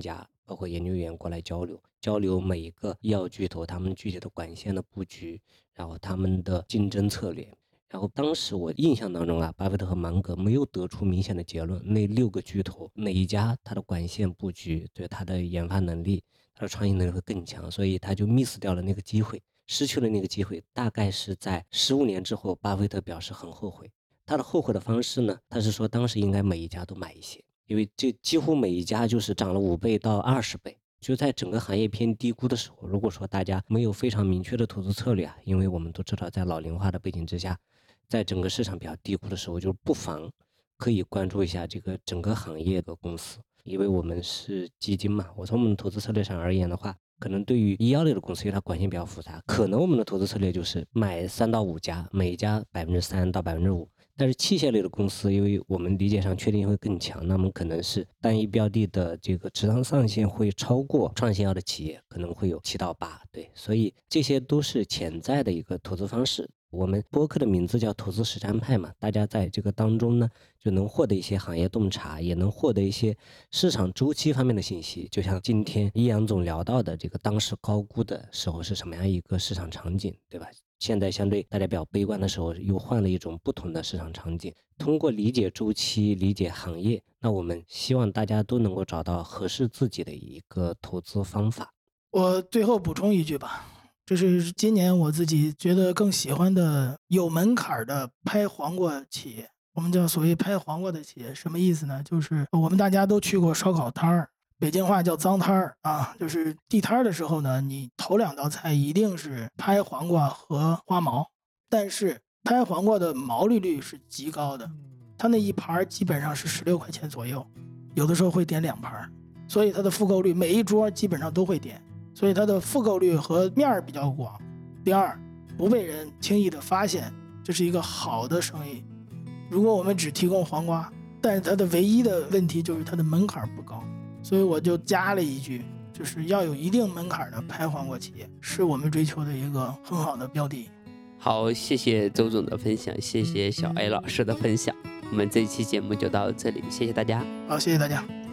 包括研究员过来交流，交流每一个医药巨头他们具体的管线的布局，然后他们的竞争策略。然后当时我印象当中啊，巴菲特和芒格没有得出明显的结论，那六个巨头哪一家它的管线布局对它的研发能力、它的创新能力会更强，所以他就 miss 掉了那个机会，失去了那个机会。大概是在十五年之后，巴菲特表示很后悔。他的后悔的方式呢，他是说当时应该每一家都买一些，因为这几乎每一家就是涨了五倍到二十倍。就在整个行业偏低估的时候，如果说大家没有非常明确的投资策略啊，因为我们都知道在老龄化的背景之下，在整个市场比较低估的时候，就不妨可以关注一下这个整个行业的公司，因为我们是基金嘛，我从我们的投资策略上而言的话，可能对于医药类的公司，因为它管线比较复杂，可能我们的投资策略就是买三到五家，每一家百分之三到百分之五。但是器械类的公司，因为我们理解上确定性会更强，那么可能是单一标的的这个持仓上限会超过创新药的企业，可能会有七到八，对，所以这些都是潜在的一个投资方式。我们播客的名字叫投资实战派嘛，大家在这个当中呢，就能获得一些行业洞察，也能获得一些市场周期方面的信息。就像今天易阳总聊到的，这个当时高估的时候是什么样一个市场场景，对吧？现在相对大家比较悲观的时候，又换了一种不同的市场场景。通过理解周期、理解行业，那我们希望大家都能够找到合适自己的一个投资方法。 我最后补充一句吧，这是今年我自己觉得更喜欢的有门槛的拍黄瓜企业。我们叫所谓拍黄瓜的企业，什么意思呢？就是我们大家都去过烧烤摊儿，北京话叫脏摊儿啊，就是地摊儿的时候呢，你头两道菜一定是拍黄瓜和花毛，但是拍黄瓜的毛利率是极高的，它那一盘基本上是十六块钱左右，有的时候会点两盘，所以它的复购率每一桌基本上都会点，所以它的复购率和面儿比较广。第二，不被人轻易的发现，这是一个好的生意。如果我们只提供黄瓜，但是它的唯一的问题就是它的门槛不高，所以我就加了一句，就是要有一定门槛的拍黄瓜企业，是我们追求的一个很好的标的。 好，谢谢周总的分享，谢谢小 A 老师的分享，我们这一期节目就到这里，谢谢大家。 好，谢谢大家。